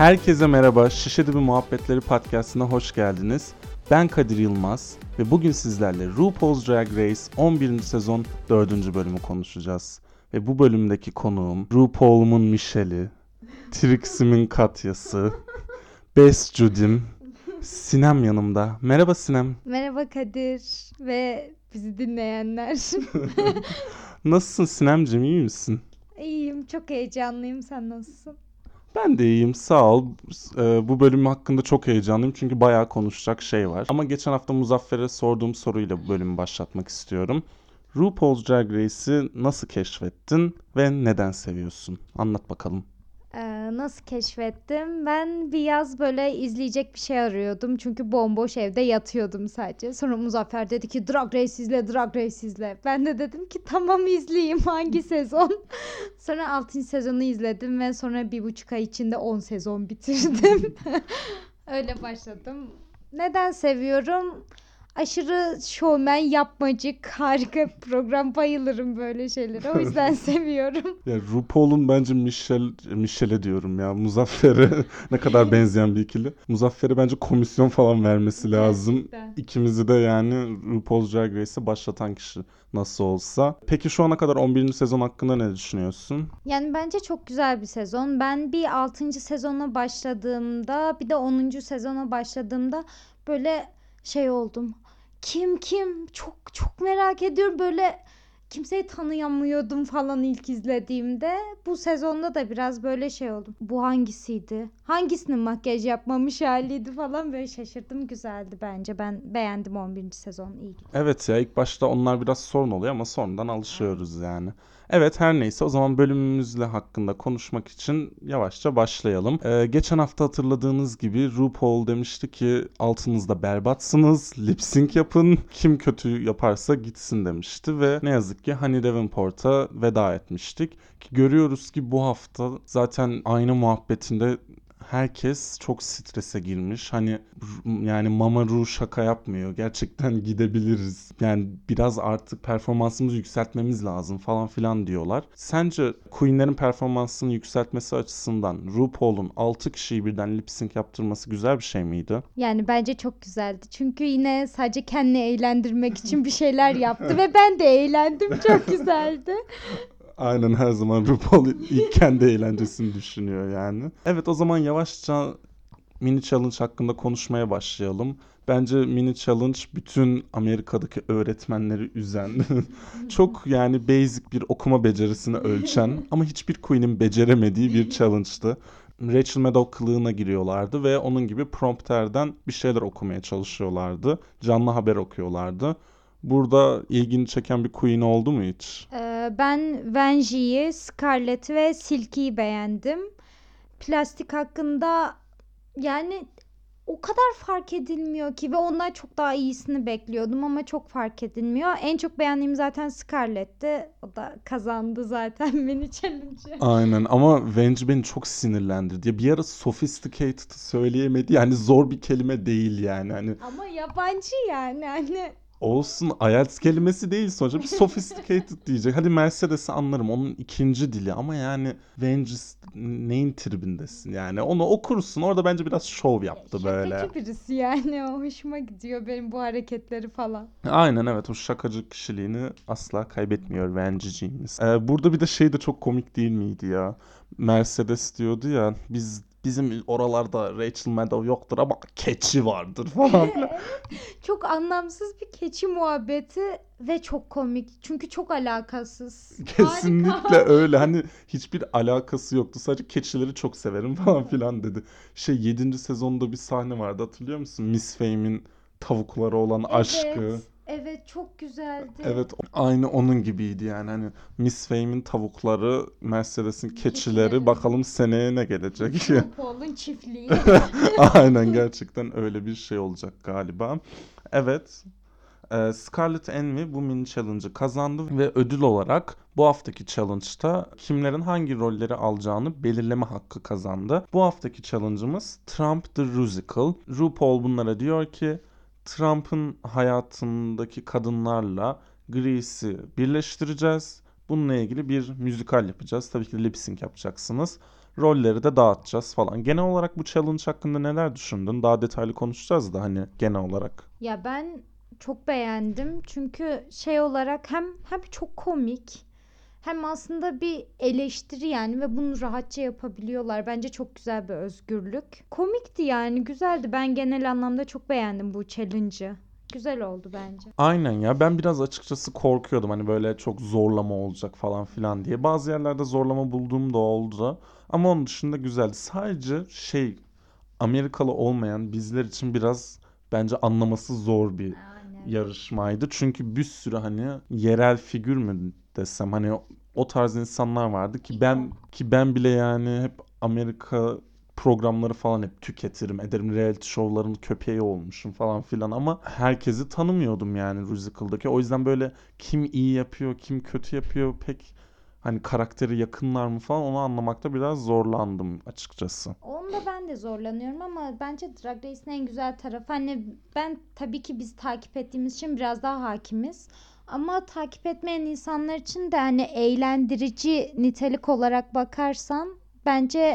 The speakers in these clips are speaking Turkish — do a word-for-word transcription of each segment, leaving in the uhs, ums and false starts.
Herkese merhaba, Şişe Dibi Muhabbetleri Podcast'ına hoş geldiniz. Ben Kadir Yılmaz ve bugün sizlerle RuPaul's Drag Race on birinci sezon dördüncü bölümü konuşacağız. Ve bu bölümdeki konuğum RuPaul'umun Michelle'i, Trixie'min Katya'sı, Best Judy'm, Sinem yanımda. Merhaba Sinem. Merhaba Kadir ve bizi dinleyenler. Nasılsın Sinemciğim, iyi misin? İyiyim, çok heyecanlıyım. Sen nasılsın? Ben de iyiyim, sağ ol. Ee, bu bölüm hakkında çok heyecanlıyım çünkü bayağı konuşacak şey var. Ama geçen hafta Muzaffer'e sorduğum soruyla bu bölümü başlatmak istiyorum. RuPaul's Drag Race'i nasıl keşfettin ve neden seviyorsun? Anlat bakalım. Ee, nasıl keşfettim? Ben bir yaz böyle izleyecek bir şey arıyordum. Çünkü bomboş evde yatıyordum sadece. Sonra Muzaffer dedi ki Drag Race izle, Drag Race izle. Ben de dedim ki tamam izleyeyim, hangi sezon? Sonra altıncı sezonu izledim ve sonra bir buçuk ay içinde on sezon bitirdim. Öyle başladım. Neden seviyorum? Aşırı şovmen, yapmacık, harika bir program. Bayılırım böyle şeylere. O yüzden seviyorum. Ya RuPaul'un bence Michelle, Michelle'e diyorum ya, Muzaffer'e ne kadar benzeyen bir ikili. Muzaffer'e bence komisyon falan vermesi lazım. Gerçekten. İkimizi de yani RuPaul's Drag Race'e başlatan kişi nasıl olsa. Peki şu ana kadar on birinci sezon hakkında ne düşünüyorsun? Yani bence çok güzel bir sezon. Ben bir altıncı sezona başladığımda, bir de onuncu sezona başladığımda böyle şey oldum. Kim kim? Çok çok merak ediyorum. Böyle kimseyi tanıyamıyordum falan ilk izlediğimde. Bu sezonda da biraz böyle şey oldum. Bu hangisiydi? Hangisinin makyaj yapmamış haliydi falan, böyle şaşırdım. Güzeldi bence. Ben beğendim on birinci sezon. İyi. Evet ya, ilk başta onlar biraz sorun oluyor ama sonradan alışıyoruz yani. Evet, her neyse, o zaman bölümümüzle hakkında konuşmak için yavaşça başlayalım. Ee, geçen hafta hatırladığınız gibi RuPaul demişti ki altınızda berbatsınız, lip sync yapın, kim kötü yaparsa gitsin demişti ve ne yazık ki Honey Davenport'a veda etmiştik. Ki görüyoruz ki bu hafta zaten aynı muhabbetinde herkes çok strese girmiş. Hani r- yani Mama Ru şaka yapmıyor. Gerçekten gidebiliriz. Yani biraz artık performansımızı yükseltmemiz lazım falan filan diyorlar. Sence Queen'lerin performansını yükseltmesi açısından RuPaul'un altı kişiyi birden lip sync yaptırması güzel bir şey miydi? Yani bence çok güzeldi. Çünkü yine sadece kendini eğlendirmek için bir şeyler yaptı ve ben de eğlendim. Çok güzeldi. Aynen, her zaman RuPaul ilk kendi eğlencesini düşünüyor yani. Evet, o zaman yavaşça mini challenge hakkında konuşmaya başlayalım. Bence mini challenge bütün Amerika'daki öğretmenleri üzen, çok yani basic bir okuma becerisini ölçen ama hiçbir queen'in beceremediği bir challenge'tı. Rachel Maddow kılığına giriyorlardı ve onun gibi prompterden bir şeyler okumaya çalışıyorlardı. Canlı haber okuyorlardı. Burada ilgini çeken bir queen oldu mu hiç? Ee, ben Venji'yi, Scarlett'i ve Silky'yi beğendim. Plastik hakkında yani o kadar fark edilmiyor ki ve ondan çok daha iyisini bekliyordum ama çok fark edilmiyor. En çok beğendiğim zaten Scarlett'ti. O da kazandı zaten mini challenge'ı. Aynen, ama Venge beni çok sinirlendirdi. Ya bir ara sophisticated söyleyemedi. Yani zor bir kelime değil yani. Hani Ama yabancı yani hani. olsun, I E L T S kelimesi değil sonuçta, bir sophisticated diyecek. Hadi Mercedes'i anlarım, onun ikinci dili, ama yani Venge neyin tribindesin yani. Onu okursun, orada bence biraz şov yaptı böyle. Şakacı birisi yani, o hoşuma gidiyor benim bu hareketleri falan. Aynen, evet, o şakacı kişiliğini asla kaybetmiyor Venge'ciğimiz. Ee, burada bir de şey de çok komik değil miydi ya? Mercedes diyordu ya, biz bizim oralarda Rachel Maddow yoktur ama keçi vardır falan filan. Çok anlamsız bir keçi muhabbeti ve çok komik. Çünkü çok alakasız. Kesinlikle Harika. öyle, hani hiçbir alakası yoktu, sadece keçileri çok severim falan filan dedi. Şey, yedinci sezonda bir sahne vardı, hatırlıyor musun? Miss Fame'in tavuklara olan aşkı. Evet. Evet, çok güzeldi. Evet, aynı onun gibiydi yani. Hani Miss Fame'in tavukları, Mercedes'in keçileri, Keçileri. bakalım seneye ne gelecek. RuPaul'un çiftliği. Aynen, gerçekten öyle bir şey olacak galiba. Evet, e, Scarlett Envy bu mini challenge'ı kazandı ve ödül olarak bu haftaki challenge'ta kimlerin hangi rolleri alacağını belirleme hakkı kazandı. Bu haftaki challenge'ımız Trump the Rusical. RuPaul bunlara diyor ki Trump'ın hayatındaki kadınlarla Grease'i birleştireceğiz. Bununla ilgili bir müzikal yapacağız. Tabii ki de lip sync yapacaksınız. Rolleri de dağıtacağız falan. Genel olarak bu challenge hakkında neler düşündün? Daha detaylı konuşacağız da hani genel olarak. Ya ben çok beğendim çünkü şey olarak hem hem çok komik hem aslında bir eleştiri yani ve bunu rahatça yapabiliyorlar. Bence çok güzel bir özgürlük. Komikti yani güzeldi. Ben genel anlamda çok beğendim bu challenge'ı. Güzel oldu bence. Aynen ya, ben biraz açıkçası korkuyordum hani böyle çok zorlama olacak falan filan diye. Bazı yerlerde zorlama bulduğum da oldu ama onun dışında güzeldi. Sadece şey, Amerikalı olmayan bizler için biraz bence anlaması zor bir Aynen. yarışmaydı. Çünkü bir sürü hani yerel figür mü desem hani o tarz insanlar vardı ki ben ki ben bile yani hep Amerika programları falan hep tüketirim ederim. Reality şovların köpeği olmuşum falan filan ama herkesi tanımıyordum yani Musical'daki. O yüzden böyle kim iyi yapıyor, kim kötü yapıyor pek hani karakteri yakınlar mı falan onu anlamakta biraz zorlandım açıkçası. Onda ben de zorlanıyorum ama bence Drag Race'in en güzel tarafı hani ben tabii ki biz takip ettiğimiz için biraz daha hakimiz. Ama takip etmeyen insanlar için de hani eğlendirici nitelik olarak bakarsan bence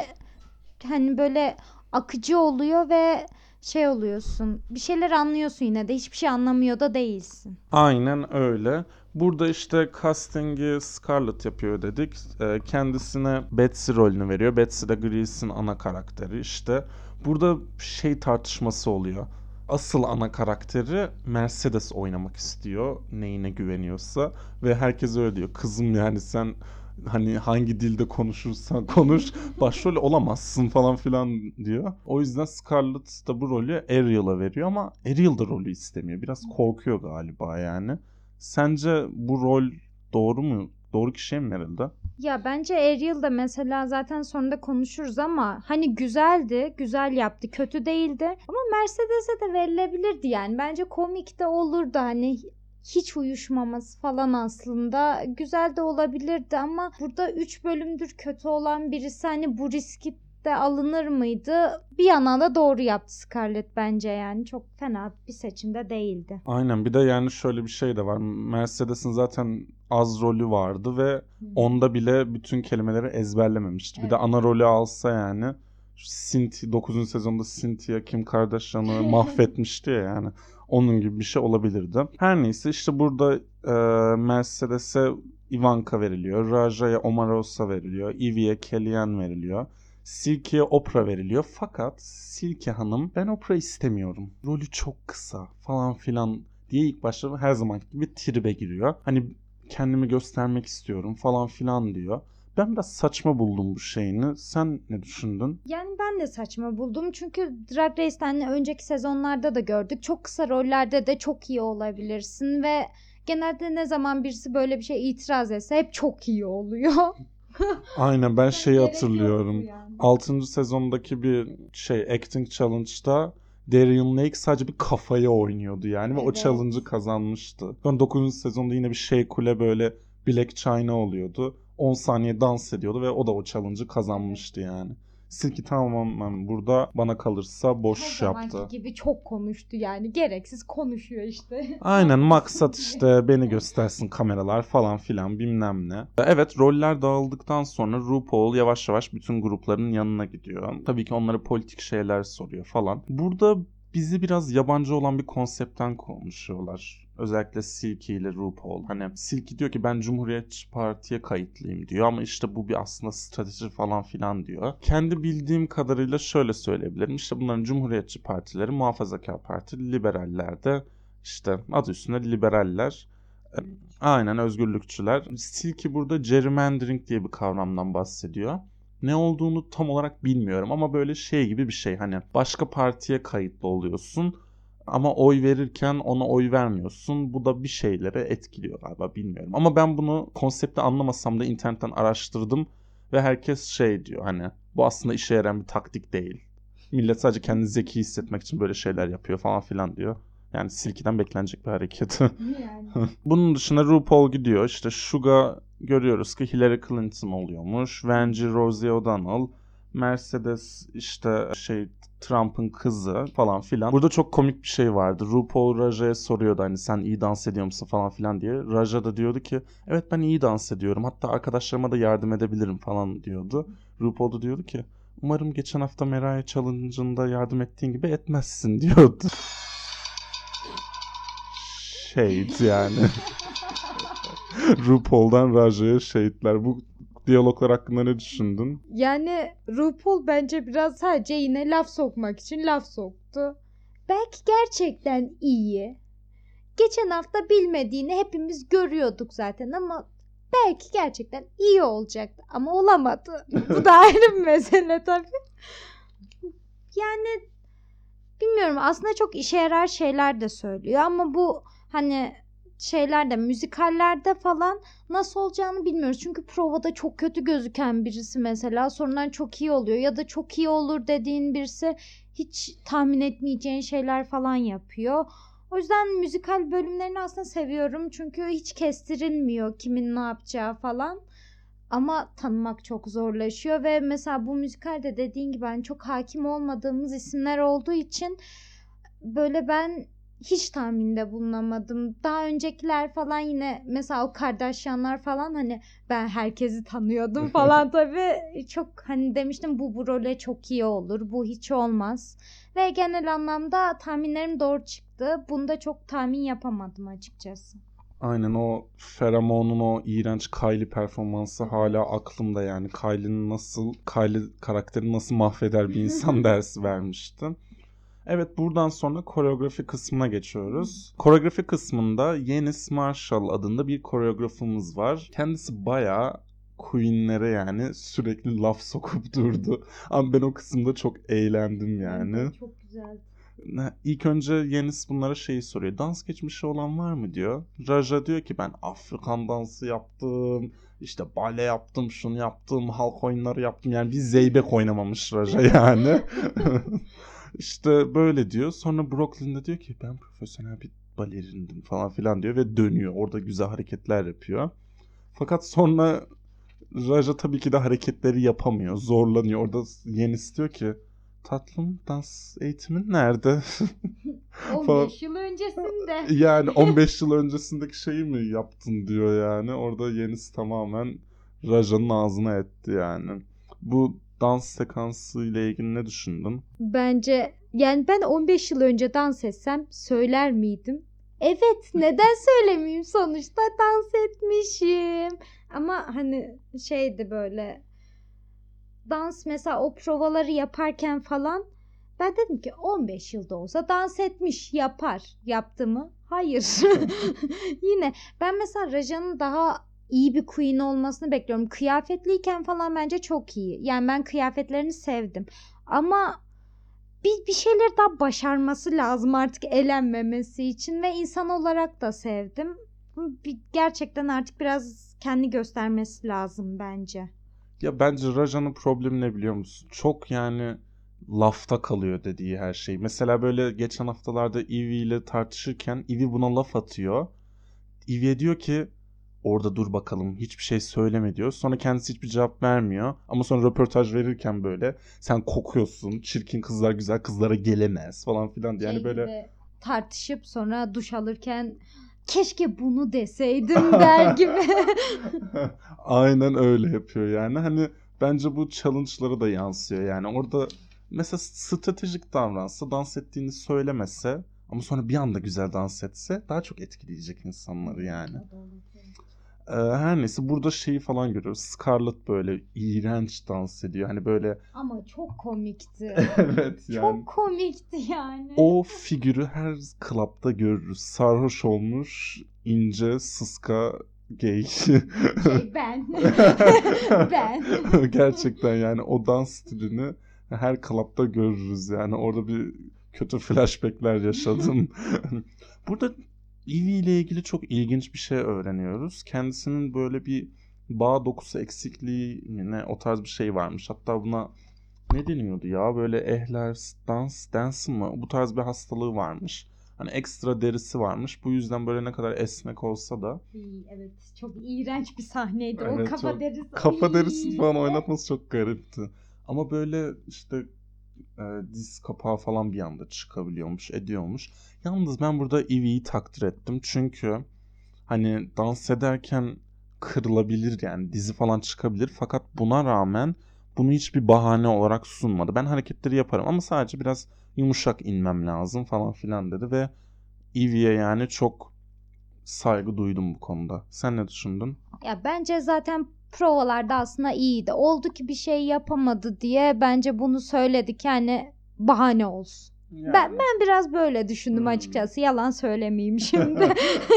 hani böyle akıcı oluyor ve şey oluyorsun. Bir şeyler anlıyorsun yine de hiçbir şey anlamıyor da değilsin. Aynen öyle. Burada işte casting'i Scarlett yapıyor dedik. Ee, kendisine Betsy rolünü veriyor. Betsy de Grease'in ana karakteri işte. Burada şey tartışması oluyor. Asıl ana karakteri Mercedes oynamak istiyor. Neyine güveniyorsa. Ve herkes öyle diyor. Kızım yani sen hani hangi dilde konuşursan konuş başrol olamazsın falan filan diyor. O yüzden Scarlett da bu rolü Ariel'a veriyor ama Ariel da rolü istemiyor. Biraz korkuyor galiba yani. Sence bu rol doğru mu? Doğru kişiye mi verildi? Ya bence Ariel da mesela zaten sonunda konuşuruz ama hani güzeldi, güzel yaptı, kötü değildi. Ama Mercedes'e de verilebilirdi yani. Bence komik de olurdu hani hiç uyuşmaması falan aslında güzel de olabilirdi ama burada üç bölümdür kötü olan birisi hani bu riski de alınır mıydı? Bir yandan da doğru yaptı Scarlett bence yani çok fena bir seçimde değildi. Aynen, bir de yani şöyle bir şey de var. Mercedes'in zaten az rolü vardı ve onda bile bütün kelimeleri ezberlememişti. Bir de Evet. ana rolü alsa yani Cynthia dokuzuncu sezonda Cynthia Kim Kardashian'ı mahvetmişti ya yani. Onun gibi bir şey olabilirdi. Her neyse işte burada e, Mercedes'e Ivanka veriliyor. Raja'ya Omarosa veriliyor. Evie'ye Kellyanne veriliyor. Silke'ye Oprah veriliyor. Fakat Silke Hanım ben Oprah istemiyorum. Rolü çok kısa falan filan diye ilk başta her zamanki gibi tribe giriyor. Hani kendimi göstermek istiyorum falan filan diyor. Ben biraz saçma buldum bu şeyini. Sen ne düşündün? Yani ben de saçma buldum çünkü Drag Race'ten önceki sezonlarda da gördük. Çok kısa rollerde de çok iyi olabilirsin ve genelde ne zaman birisi böyle bir şey itiraz etse hep çok iyi oluyor. Aynen, ben şeyi Gerek yoktu hatırlıyorum. yani. altıncı sezondaki bir şey Acting Challenge'da Darian Lake sadece bir kafaya oynuyordu yani ve o Evet. challenge'ı kazanmıştı. Sonra dokuzuncu sezonda yine bir şey kule böyle Black China oluyordu. on saniye dans ediyordu ve o da o challenge'ı kazanmıştı yani. Silky tamamen burada bana kalırsa Her boş zamanki yaptı. gibi çok konuştu yani. Gereksiz konuşuyor işte. Aynen, maksat işte beni göstersin kameralar falan filan bilmem ne. Evet, roller dağıldıktan sonra RuPaul yavaş yavaş bütün grupların yanına gidiyor. Tabii ki onlara politik şeyler soruyor falan. Burada bizi biraz yabancı olan bir konseptten konuşuyorlar. Özellikle Silky ile RuPaul. Hani Silky diyor ki ben Cumhuriyetçi Parti'ye kayıtlıyım diyor ama işte bu bir aslında strateji falan filan diyor. Kendi bildiğim kadarıyla şöyle söyleyebilirim. İşte bunların Cumhuriyetçi partileri, Muhafazakar Parti, liberaller de işte adı üstünde liberaller. E, Aynen, özgürlükçüler. Silky burada gerrymandering diye bir kavramdan bahsediyor. Ne olduğunu tam olarak bilmiyorum ama böyle şey gibi bir şey. Hani başka partiye kayıtlı oluyorsun ama oy verirken ona oy vermiyorsun. Bu da bir şeylere etkiliyor galiba, bilmiyorum. Ama ben bunu konsepti anlamasam da internetten araştırdım ve herkes şey diyor hani bu aslında işe yarayan bir taktik değil. Millet sadece kendini zeki hissetmek için böyle şeyler yapıyor falan filan diyor. Yani Silky'den beklenecek bir hareket. Yani. Bunun dışında RuPaul gidiyor. İşte Suga görüyoruz ki Hillary Clinton oluyormuş. Vanjie Rosie O'Donnell. Mercedes işte şey Trump'ın kızı falan filan. Burada çok komik bir şey vardı. RuPaul Raja'ya soruyordu hani sen iyi dans ediyor musun falan filan diye. Raja da diyordu ki evet ben iyi dans ediyorum. Hatta arkadaşlarıma da yardım edebilirim falan diyordu. RuPaul da diyordu ki umarım geçen hafta Mariah Challenge'ında yardım ettiğin gibi etmezsin diyordu. Shade yani. RuPaul'dan Raja'ya shade'ler. Bu diyaloglar hakkında ne düşündün? Yani RuPaul bence biraz sadece yine laf sokmak için laf soktu. Belki gerçekten iyi. Geçen hafta bilmediğini hepimiz görüyorduk zaten ama belki gerçekten iyi olacaktı ama olamadı. Bu da ayrı bir mesele tabii. Yani bilmiyorum, aslında çok işe yarar şeyler de söylüyor ama bu hani şeylerde, müzikallerde falan nasıl olacağını bilmiyoruz. Çünkü provada çok kötü gözüken birisi mesela sonradan çok iyi oluyor ya da çok iyi olur dediğin birisi hiç tahmin etmeyeceğin şeyler falan yapıyor. O yüzden müzikal bölümlerini aslında seviyorum çünkü hiç kestirilmiyor kimin ne yapacağı falan. Ama tanımak çok zorlaşıyor ve mesela bu müzikalde dediğin gibi hani çok hakim olmadığımız isimler olduğu için böyle ben hiç tahminde bulunamadım. Daha öncekiler falan yine mesela o Kardashianlar falan hani ben herkesi tanıyordum falan tabii. Çok hani demiştim bu bu role çok iyi olur. Bu hiç olmaz. Ve genel anlamda tahminlerim doğru çıktı. Bunda çok tahmin yapamadım açıkçası. Aynen o Pheromone'un o iğrenç Kylie performansı hala aklımda yani. Kylie'nin nasıl, Kylie karakteri nasıl mahveder bir insan dersi vermiştim. Evet buradan sonra koreografi kısmına geçiyoruz. Koreografi kısmında Yenis Marshall adında bir koreografımız var. Kendisi bayağı Queen'lere yani sürekli laf sokup durdu. Ama ben o kısımda çok eğlendim yani. Evet, çok güzel. İlk önce Yenis bunlara şeyi soruyor. Dans geçmişi olan var mı diyor. Raja diyor ki ben Afrikan dansı yaptım. İşte bale yaptım, şunu yaptım, halk oyunları yaptım. Yani bir zeybek oynamamış Raja yani. İşte böyle diyor. Sonra Brooklyn'de diyor ki ben profesyonel bir balerindim falan filan diyor ve dönüyor. Orada güzel hareketler yapıyor. Fakat sonra Raja tabii ki de hareketleri yapamıyor. Zorlanıyor. Orada Yenis diyor ki tatlım dans eğitimin nerede? on beş yıl öncesinde. Yani on beş yıl öncesindeki şeyi mi yaptın diyor yani. Orada Yenis tamamen Raja'nın ağzına etti yani. Bu dans sekansı ile ilgili ne düşündün? Bence yani ben on beş yıl önce dans etsem söyler miydim? Evet, neden söylemeyeyim, sonuçta dans etmişim. Ama hani şeydi böyle dans mesela o provaları yaparken falan ben dedim ki on beş yılda olsa dans etmiş yapar. Yaptı mı? Hayır. Yine ben mesela Raja'nın daha iyi bir queen olmasını bekliyorum. Kıyafetliyken falan bence çok iyi. Yani ben kıyafetlerini sevdim. Ama bir, bir şeyler daha başarması lazım artık elenmemesi için ve insan olarak da sevdim. Bir, gerçekten artık biraz kendi göstermesi lazım bence. Ya bence Raja'nın problemi ne biliyor musun? Çok yani lafta kalıyor dediği her şey. Mesela böyle geçen haftalarda Ivy ile tartışırken Ivy buna laf atıyor. Ivy'ye diyor ki orada dur bakalım hiçbir şey söyleme diyor. Sonra kendisi hiçbir cevap vermiyor. Ama sonra röportaj verirken böyle sen kokuyorsun, çirkin kızlar güzel kızlara gelemez falan filan diye. Yani Şey böyle gibi tartışıp sonra duş alırken keşke bunu deseydim der gibi. aynen öyle yapıyor yani. Hani bence bu challenge'lara da yansıyor. Yani orada mesela stratejik davransa, dans ettiğini söylemese ama sonra bir anda güzel dans etse daha çok etkileyecek insanları yani. Ee, her neyse burada şeyi falan görüyoruz. Scarlett böyle iğrenç dans ediyor. Hani böyle Ama çok komikti. evet yani. Çok komikti yani. O figürü her klapta görürüz. Sarhoş olmuş, ince, sıska, gay. Şey ben. Ben. Gerçekten yani o dans stilini her klapta görürüz yani. Orada bir kötü flashbackler yaşadım. Burada Ivy ile ilgili çok ilginç bir şey öğreniyoruz. Kendisinin böyle bir bağ dokusu eksikliği ne o tarz bir şey varmış. Hatta buna ne deniyordu ya böyle Ehlers-Danlos, Danson mı? Bu tarz bir hastalığı varmış. Hani ekstra derisi varmış. Bu yüzden böyle ne kadar esnek olsa da. Evet, çok iğrenç bir sahneydi. Evet, o kafa çok- derisi. Kafa Ay. derisini falan oynatması çok garipti. Ama böyle işte e, diz kapağı falan bir anda çıkabiliyormuş, ediyormuş. Yalnız ben burada Evie'yi takdir ettim. Çünkü hani dans ederken kırılabilir, yani dizi falan çıkabilir. Fakat buna rağmen bunu hiçbir bahane olarak sunmadı. Ben hareketleri yaparım ama sadece biraz yumuşak inmem lazım falan filan dedi ve Evie'ye yani çok saygı duydum bu konuda. Sen ne düşündün? Ya bence zaten provalarda aslında iyiydi. Oldu ki bir şey yapamadı diye bence bunu söyledik yani bahane olsun. Yani. Ben ben biraz böyle düşündüm Hmm. açıkçası. Yalan söylemeyeyim şimdi.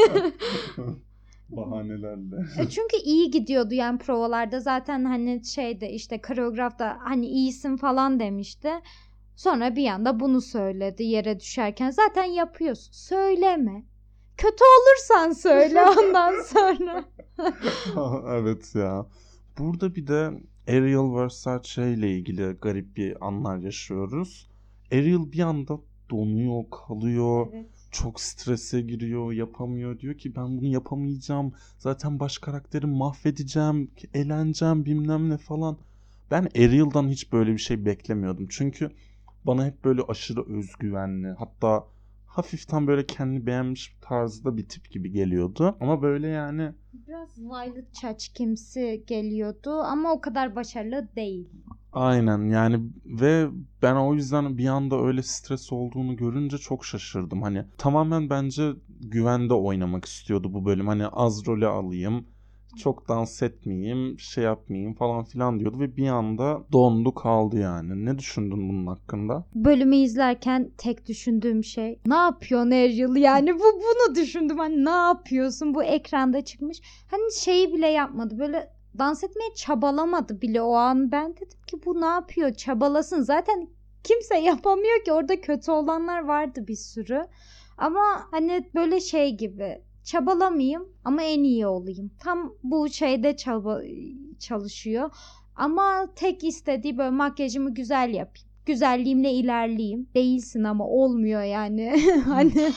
Bahanelerle. E Çünkü iyi gidiyordu yani provalarda zaten hani şeyde işte koreograf da hani iyisin falan demişti. Sonra bir anda bunu söyledi yere düşerken. Zaten yapıyorsun. Söyleme. Kötü olursan söyle ondan sonra. Evet ya. Burada bir de Ariel Versace ile ilgili garip bir anlar yaşıyoruz. Ariel bir anda donuyor, kalıyor. Evet. Çok strese giriyor, yapamıyor. Diyor ki ben bunu yapamayacağım. Zaten baş karakteri mahvedeceğim, eğleneceğim bilmem ne falan. Ben Ariel'dan hiç böyle bir şey beklemiyordum. Çünkü bana hep böyle aşırı özgüvenli, hatta hafiften böyle kendini beğenmiş tarzda bir tip gibi geliyordu. Ama böyle yani Biraz Violet Chachkimsi geliyordu ama o kadar başarılı değil. aynen yani ve ben o yüzden bir anda öyle stres olduğunu görünce çok şaşırdım. Hani tamamen bence güvende oynamak istiyordu bu bölüm. Hani az role alayım, çok dans etmeyeyim, şey yapmayayım falan filan diyordu ve bir anda dondu kaldı yani. Ne düşündün bunun hakkında? Bölümü izlerken tek düşündüğüm şey ne yapıyorsun Ariel yani bu bunu düşündüm hani ne yapıyorsun bu ekranda çıkmış hani şeyi bile yapmadı böyle dans etmeye çabalamadı bile o an ben dedim ki bu ne yapıyor çabalasın zaten kimse yapamıyor ki orada kötü olanlar vardı bir sürü ama hani böyle şey gibi çabalamayayım ama en iyi olayım tam bu şeyde çaba çalışıyor ama tek istediği böyle makyajımı güzel yapayım güzelliğimle ilerleyeyim. Değilsin ama olmuyor yani. Hani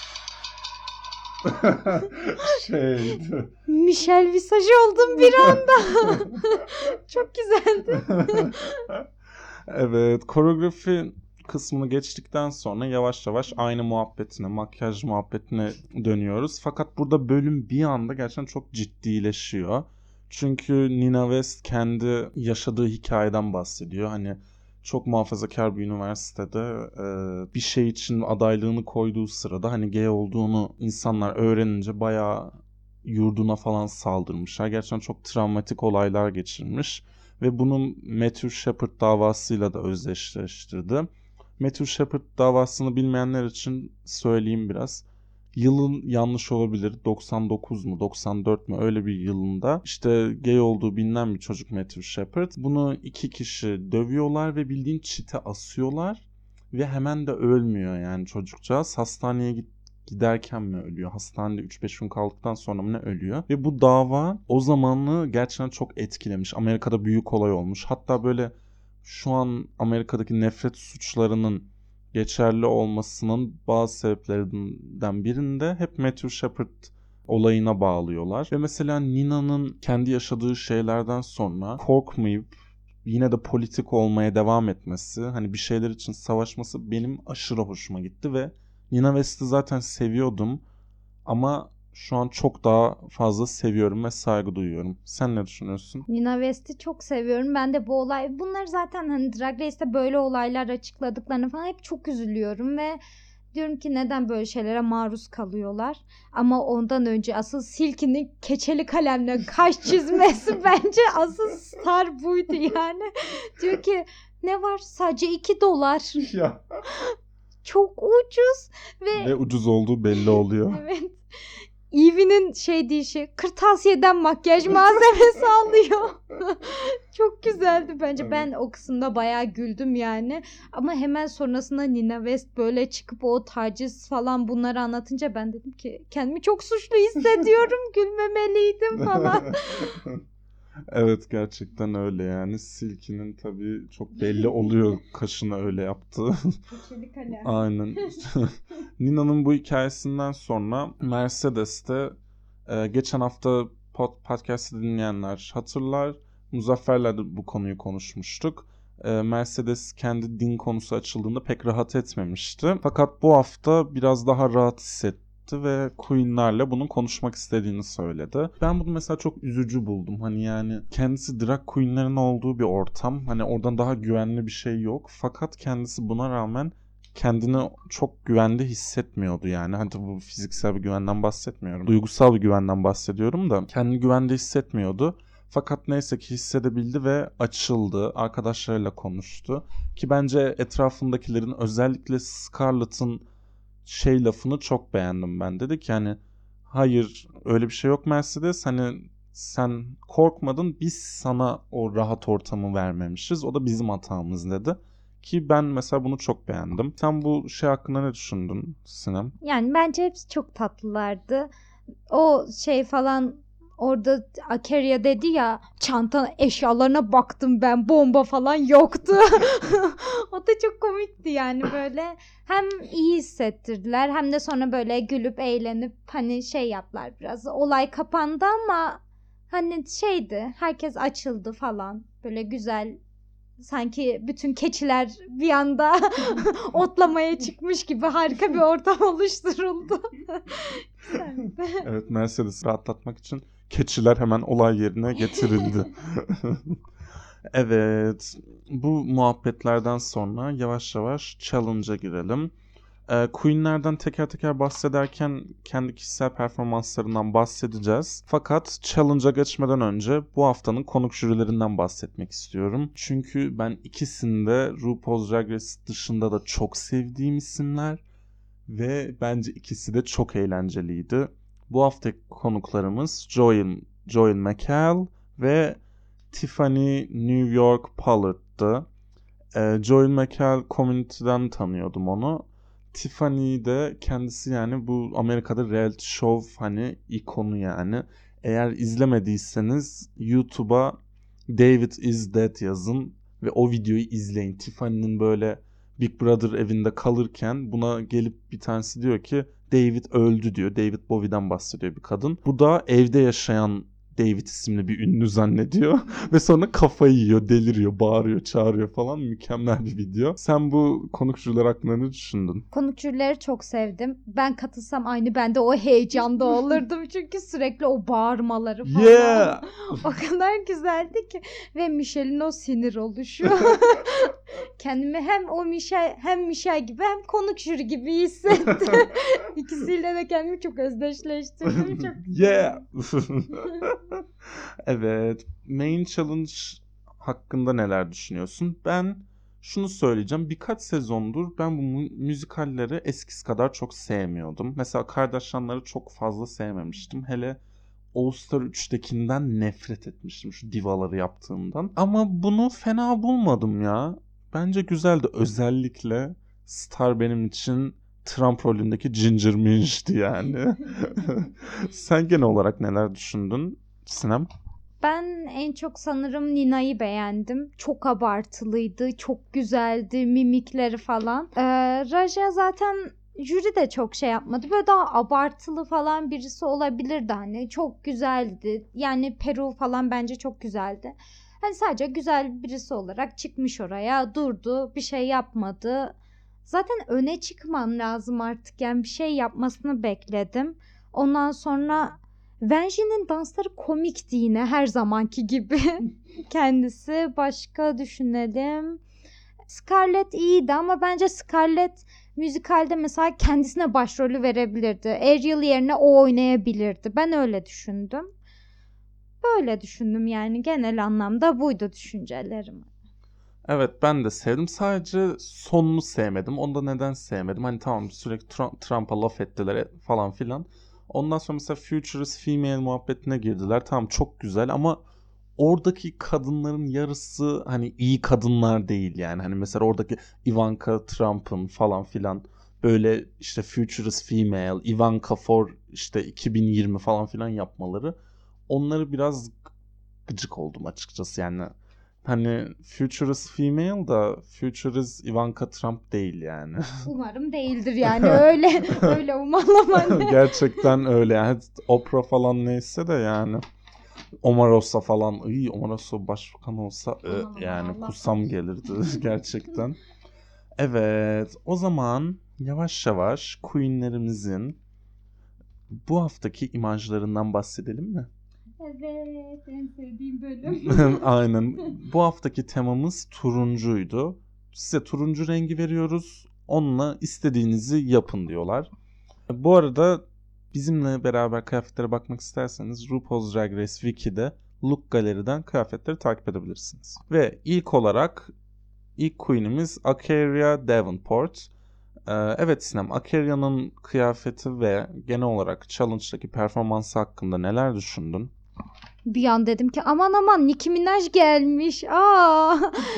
Şeydi. Michelle Visage oldum bir anda. Çok güzeldi. Evet, koreografi kısmını geçtikten sonra yavaş yavaş aynı muhabbetine, makyaj muhabbetine dönüyoruz. Fakat burada bölüm bir anda gerçekten çok ciddileşiyor. Çünkü Nina West kendi yaşadığı hikayeden bahsediyor. Hani çok muhafazakar bir üniversitede e, bir şey için adaylığını koyduğu sırada hani gay olduğunu insanlar öğrenince bayağı yurduna falan saldırmışlar. Gerçekten çok travmatik olaylar geçirmiş. Ve bunu Matthew Shepard davasıyla da özdeşleştirdi. Matthew Shepard davasını bilmeyenler için söyleyeyim biraz. Yılın yanlış olabilir. doksan dokuz mu doksan dört mü öyle bir yılında işte gay olduğu bilinen bir çocuk Matthew Shepard. Bunu iki kişi dövüyorlar ve bildiğin çite asıyorlar ve hemen de ölmüyor yani çocukcağız. Hastaneye git giderken mi ölüyor? Hastanede üç beş gün kaldıktan sonra mı ne ölüyor? Ve bu dava o zamanı gerçekten çok etkilemiş. Amerika'da büyük olay olmuş. Hatta böyle şu an Amerika'daki nefret suçlarının geçerli olmasının bazı sebeplerinden birinde hep Matthew Shepard olayına bağlıyorlar. Ve mesela Nina'nın kendi yaşadığı şeylerden sonra korkmayıp yine de politik olmaya devam etmesi, hani bir şeyler için savaşması benim aşırı hoşuma gitti ve Nina West'i zaten seviyordum ama şu an çok daha fazla seviyorum ve saygı duyuyorum. Sen ne düşünüyorsun? Nina West'i çok seviyorum. Ben de bu olay bunlar zaten hani Drag Race'te böyle olaylar açıkladıklarını falan hep çok üzülüyorum ve diyorum ki neden böyle şeylere maruz kalıyorlar? Ama ondan önce asıl Silky'nin keçeli kalemle kaş çizmesi bence asıl star buydu yani. Diyor ki ne var sadece iki dolar. Ya. Çok ucuz ve Ve ucuz olduğu belli oluyor. evet. Eevee'nin şey dişi kırtasiyeden makyaj malzemesi alıyor. Çok güzeldi bence. Evet. Ben o kısımda bayağı güldüm yani. Ama hemen sonrasında Nina West böyle çıkıp o taciz falan bunları anlatınca ben dedim ki kendimi çok suçlu hissediyorum. Gülmemeliydim falan. Evet, gerçekten öyle yani. Silky'nin tabii çok belli oluyor kaşını öyle yaptığı. Keçeli kalem. Aynen. Nina'nın bu hikayesinden sonra Mercedes'te e, geçen hafta pod, podcast'ı dinleyenler hatırlar. Muzaffer'le de bu konuyu konuşmuştuk. e, Mercedes kendi din konusu açıldığında pek rahat etmemişti. Fakat bu hafta biraz daha rahat hissetti ve Queen'lerle bunu konuşmak istediğini söyledi. Ben bunu mesela çok üzücü buldum. Hani yani kendisi drag queen'lerin olduğu bir ortam. Hani oradan daha güvenli bir şey yok. Fakat kendisi buna rağmen kendini çok güvende hissetmiyordu yani. Hani bu fiziksel bir güvenden bahsetmiyorum. Duygusal bir güvenden bahsediyorum da kendini güvende hissetmiyordu. Fakat neyse ki hissedebildi ve açıldı. Arkadaşlarıyla konuştu. Ki bence etrafındakilerin, özellikle Scarlett'ın şey lafını çok beğendim ben. Dedi ki hani hayır öyle bir şey yok Mercedes. Hani sen korkmadın, biz sana o rahat ortamı vermemişiz. O da bizim hatamız dedi. Ki ben mesela bunu çok beğendim. Sen bu şey hakkında ne düşündün Sinem? Yani bence hepsi çok tatlılardı. O şey falan orada Akeria dedi ya, çanta eşyalarına baktım ben, bomba falan yoktu. O da çok komikti yani, böyle hem iyi hissettirdiler hem de sonra böyle gülüp eğlenip hani şey yaptılar, biraz olay kapandı ama hani şeydi, herkes açıldı falan, böyle güzel, sanki bütün keçiler bir anda otlamaya çıkmış gibi harika bir ortam oluşturuldu. Güzeldi. Evet, Mercedes'i rahatlatmak için keçiler hemen olay yerine getirildi. Evet, bu muhabbetlerden sonra yavaş yavaş challenge'a girelim. Ee, Queen'lerden teker teker bahsederken kendi kişisel performanslarından bahsedeceğiz. Fakat challenge'a geçmeden önce bu haftanın konuk jürilerinden bahsetmek istiyorum. Çünkü ben ikisini de RuPaul's Drag Race dışında da çok sevdiğim isimler ve bence ikisi de çok eğlenceliydi. Bu haftaki konuklarımız Joel, Joel McHale ve Tiffany New York Pollard'dı. Ee, Joel McHale Community'den tanıyordum onu. Tiffany de kendisi yani bu Amerika'da reality show hani ikonu yani. Eğer izlemediyseniz YouTube'a David is Dead yazın ve o videoyu izleyin. Tiffany'nin böyle Big Brother evinde kalırken buna gelip bir tanesi diyor ki David öldü diyor. David Bowie'den bahsediyor bir kadın. Bu da evde yaşayan David isimli bir ünlü zannediyor ve sonra kafayı yiyor, deliriyor, bağırıyor, çağırıyor falan. Mükemmel bir video. Sen bu konuk jüriler hakkında ne düşündün? Konuk jürileri çok sevdim. Ben katılsam aynı ben de o heyecanda olurdum. Çünkü sürekli o bağırmaları falan. Yeah! O kadar güzeldi ki. Ve Michelle'in o sinir oluşu. Kendimi hem o Michelle hem Michelle gibi hem konuk jüri gibi hissettim. İkisiyle de kendimi çok özdeşleştirdim. Çok Yeah! Evet. Main Challenge hakkında neler düşünüyorsun? Ben şunu söyleyeceğim. Birkaç sezondur ben bu mü- müzikalleri eskisi kadar çok sevmiyordum. Mesela Kardashianları çok fazla sevmemiştim. Hele All Star üçtekinden nefret etmiştim şu divaları yaptığından. Ama bunu fena bulmadım ya. Bence güzeldi. Özellikle Star benim için Trump rolündeki Ginger Minj'ti yani. Sen genel olarak neler düşündün Sinem? Ben en çok sanırım Nina'yı beğendim. Çok abartılıydı, çok güzeldi, mimikleri falan. Ee, Raja zaten jüri de çok şey yapmadı. Böyle daha abartılı falan birisi olabilirdi hani. Çok güzeldi. Yani Peru falan bence çok güzeldi. Hani sadece güzel birisi olarak çıkmış oraya, durdu, bir şey yapmadı. Zaten öne çıkman lazım artık. Yani bir şey yapmasını bekledim. Ondan sonra Venji'nin dansları komikti yine her zamanki gibi. Kendisi. Başka düşünelim. Scarlett iyiydi ama bence Scarlett müzikalde mesela kendisine başrolü verebilirdi. Ariel yerine o oynayabilirdi. Ben öyle düşündüm. Böyle düşündüm yani, genel anlamda buydu düşüncelerim. Evet, ben de sevdim. Sadece sonunu sevmedim. Onu da neden sevmedim? Hani tamam, sürekli Trump- Trump'a laf ettiler e- falan filan. Ondan sonra mesela Futurist Female muhabbetine girdiler. Tamam, çok güzel ama oradaki kadınların yarısı hani iyi kadınlar değil yani. Hani mesela oradaki Ivanka Trump'ın falan filan böyle işte Futurist Female, Ivanka for işte iki bin yirmi falan filan yapmaları, onları biraz gıcık oldum açıkçası yani. Hani Futurist Female da Futurist Ivanka Trump değil yani. Umarım değildir yani, öyle öyle umalım hani. Gerçekten öyle yani. Oprah falan neyse de yani. Omarosa falan. Iy, Omarosa başbakan olsa e, Aman aman, yani Allah kusam korusun. gelirdi gerçekten. Evet, o zaman yavaş yavaş Queen'lerimizin bu haftaki imajlarından bahsedelim mi? Evet, en sevdiğim bölüm. Aynen. Bu haftaki temamız turuncuydu. Size turuncu rengi veriyoruz. Onunla istediğinizi yapın diyorlar. Bu arada bizimle beraber kıyafetlere bakmak isterseniz RuPaul's Drag Race Wiki'de Look Gallery'den kıyafetleri takip edebilirsiniz. Ve ilk olarak ilk queen'imiz Akeria Davenport. Ee, evet Sinem, Akeria'nın kıyafeti ve genel olarak challenge'daki performansı hakkında neler düşündün? Bir an dedim ki aman aman Nicki Minaj gelmiş. Aa.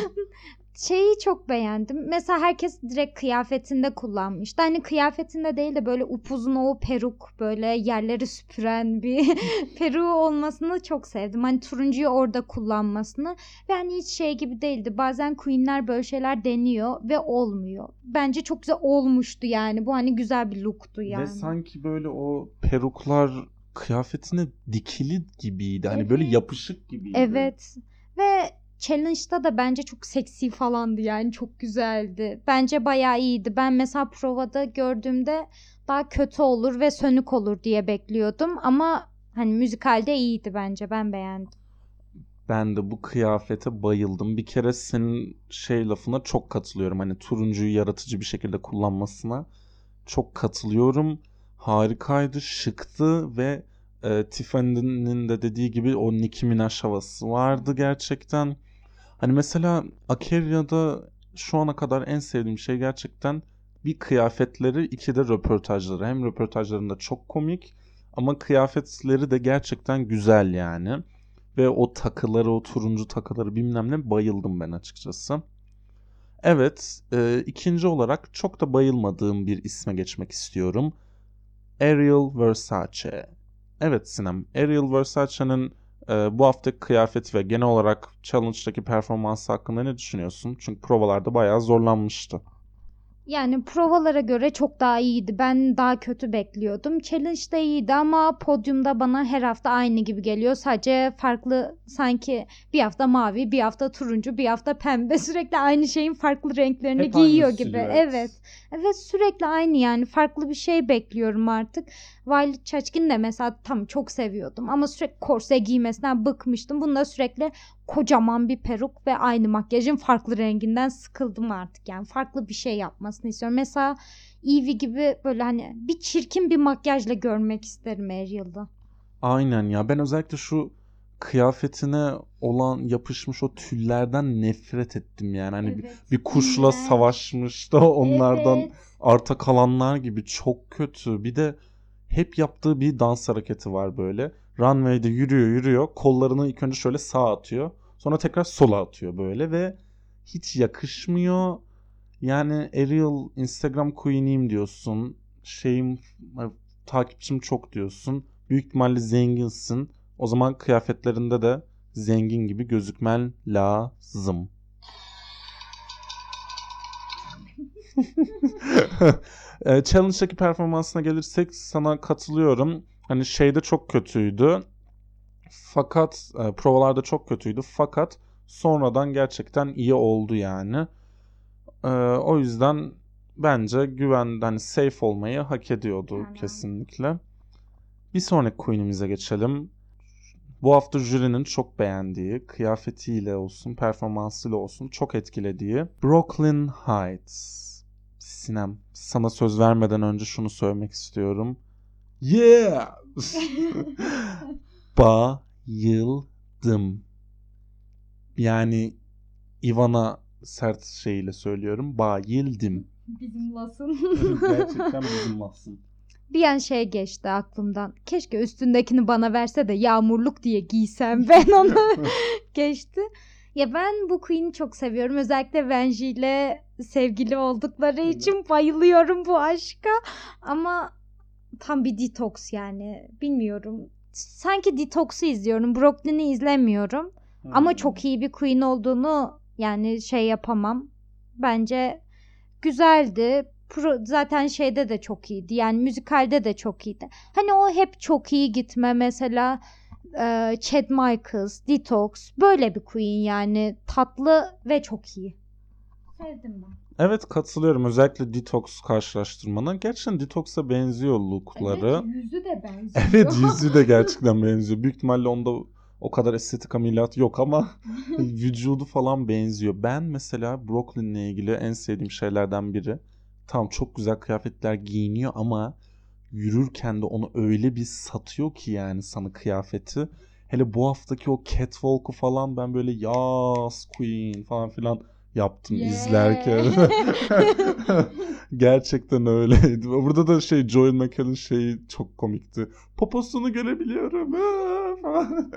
Şeyi çok beğendim. Mesela herkes direkt kıyafetinde kullanmıştı. Hani kıyafetinde değil de böyle upuzun o peruk, böyle yerleri süpüren bir peruğu olmasını çok sevdim. Hani turuncuyu orada kullanmasını. Ve hani hiç şey gibi değildi. Bazen queenler böyle şeyler deniyor ve olmuyor. Bence çok güzel olmuştu yani. Bu hani güzel bir looktu yani. Ve sanki böyle o peruklar kıyafetine dikili gibiydi. Hani böyle Evet. yapışık gibiydi. Evet. Ve challenge'da da bence çok seksi falandı yani çok güzeldi. Bence bayağı iyiydi. Ben mesela provada gördüğümde daha kötü olur ve sönük olur diye bekliyordum ama hani müzikalde iyiydi bence. Ben beğendim. Ben de bu kıyafete bayıldım. Bir kere senin şey lafına çok katılıyorum. Hani turuncuyu yaratıcı bir şekilde kullanmasına çok katılıyorum. Harikaydı, şıktı ve e, Tiffany'nin de dediği gibi o Nicki Minaj havası vardı gerçekten. Hani mesela Akeria'da şu ana kadar en sevdiğim şey gerçekten bir kıyafetleri, iki de röportajları. Hem röportajlarında çok komik ama kıyafetleri de gerçekten güzel yani. Ve o takıları, o turuncu takıları bilmem ne bayıldım ben açıkçası. Evet, e, ikinci olarak çok da bayılmadığım bir isme geçmek istiyorum. Ariel Versace. Evet Sinem, Ariel Versace'nin e, bu haftaki kıyafeti ve genel olarak Challenge'daki performansı hakkında ne düşünüyorsun? Çünkü provalarda bayağı zorlanmıştı. Yani provalara göre çok daha iyiydi. Ben daha kötü bekliyordum. Challenge de iyiydi ama podyumda bana her hafta aynı gibi geliyor. Sadece farklı sanki bir hafta mavi, bir hafta turuncu, bir hafta pembe. Sürekli aynı şeyin farklı renklerini Hep aynı giyiyor gibi. Evet. silüet. Evet sürekli aynı yani. Farklı bir şey bekliyorum artık. Violet Chachkin de mesela tam çok seviyordum. Ama sürekli korse giymesinden bıkmıştım. Bunda sürekli kocaman bir peruk ve aynı makyajın farklı renginden sıkıldım artık yani farklı bir şey yapmasını istiyorum. Mesela Evie gibi böyle hani bir çirkin bir makyajla görmek isterim Ariel'da. Aynen ya, ben özellikle şu kıyafetine olan yapışmış o tüllerden nefret ettim yani. Hani bir, Evet, bir kuşla iğrenç. savaşmış da onlardan Evet. arta kalanlar gibi, çok kötü. Bir de hep yaptığı bir dans hareketi var böyle. Runway'de yürüyor yürüyor. Kollarını ilk önce şöyle sağa atıyor. Sonra tekrar sola atıyor böyle ve hiç yakışmıyor. Yani Ariel Instagram queen'iyim diyorsun. Şeyim, takipçim çok diyorsun. Büyük ihtimalle zenginsin. O zaman kıyafetlerinde de zengin gibi gözükmen lazım. E, Challenge'daki performansına gelirsek sana katılıyorum. Hani şeyde çok kötüydü. Fakat e, provalarda çok kötüydü. Fakat sonradan gerçekten iyi oldu yani. E, o yüzden bence güven, hani safe olmayı hak ediyordu Yani kesinlikle. Bir sonraki queen'imize geçelim. Bu hafta jürinin çok beğendiği, kıyafetiyle olsun, performansıyla olsun çok etkilediği Brooklyn Heights. Sinem, sana söz vermeden önce şunu söylemek istiyorum. Yeah! Bayıldım. Yani Ivana sert şeyiyle söylüyorum. Bayıldım. bizim Las'ın. Gerçekten bizim mahzun. Bir an şey geçti aklımdan. Keşke üstündekini bana verse de yağmurluk diye giysem ben onu. Geçti. Ya ben bu Queen'i çok seviyorum. Özellikle Vanjie ile sevgili oldukları Evet. için bayılıyorum bu aşka. Ama tam bir detoks yani. Bilmiyorum. Sanki Detox'u izliyorum. Brooklyn'i izlemiyorum. Ama Hmm. çok iyi bir Queen olduğunu yani şey yapamam. Bence güzeldi. Pro, zaten şeyde de çok iyiydi. Yani müzikalde de çok iyiydi. Hani o hep çok iyi gitme mesela e, Chad Michaels, Detox böyle bir queen yani tatlı ve çok iyi. Sevdim ben. Evet, katılıyorum. Özellikle Detox karşılaştırmana. Gerçekten Detox'a benziyor lookları. Evet, yüzü de benziyor. Evet, yüzü de gerçekten benziyor. Büyük ihtimalle onda o kadar estetik ameliyat yok ama vücudu falan benziyor. Ben mesela Brooklyn'le ilgili en sevdiğim şeylerden biri. Tamam, çok güzel kıyafetler giyiniyor ama yürürken de onu öyle bir satıyor ki yani sana kıyafeti. Hele bu haftaki o catwalk'u falan ben böyle yas queen falan filan yaptım Yeah. izlerken. Gerçekten öyleydi. Burada da şey Joel McHale'in şeyi çok komikti. Poposunu görebiliyorum. falan.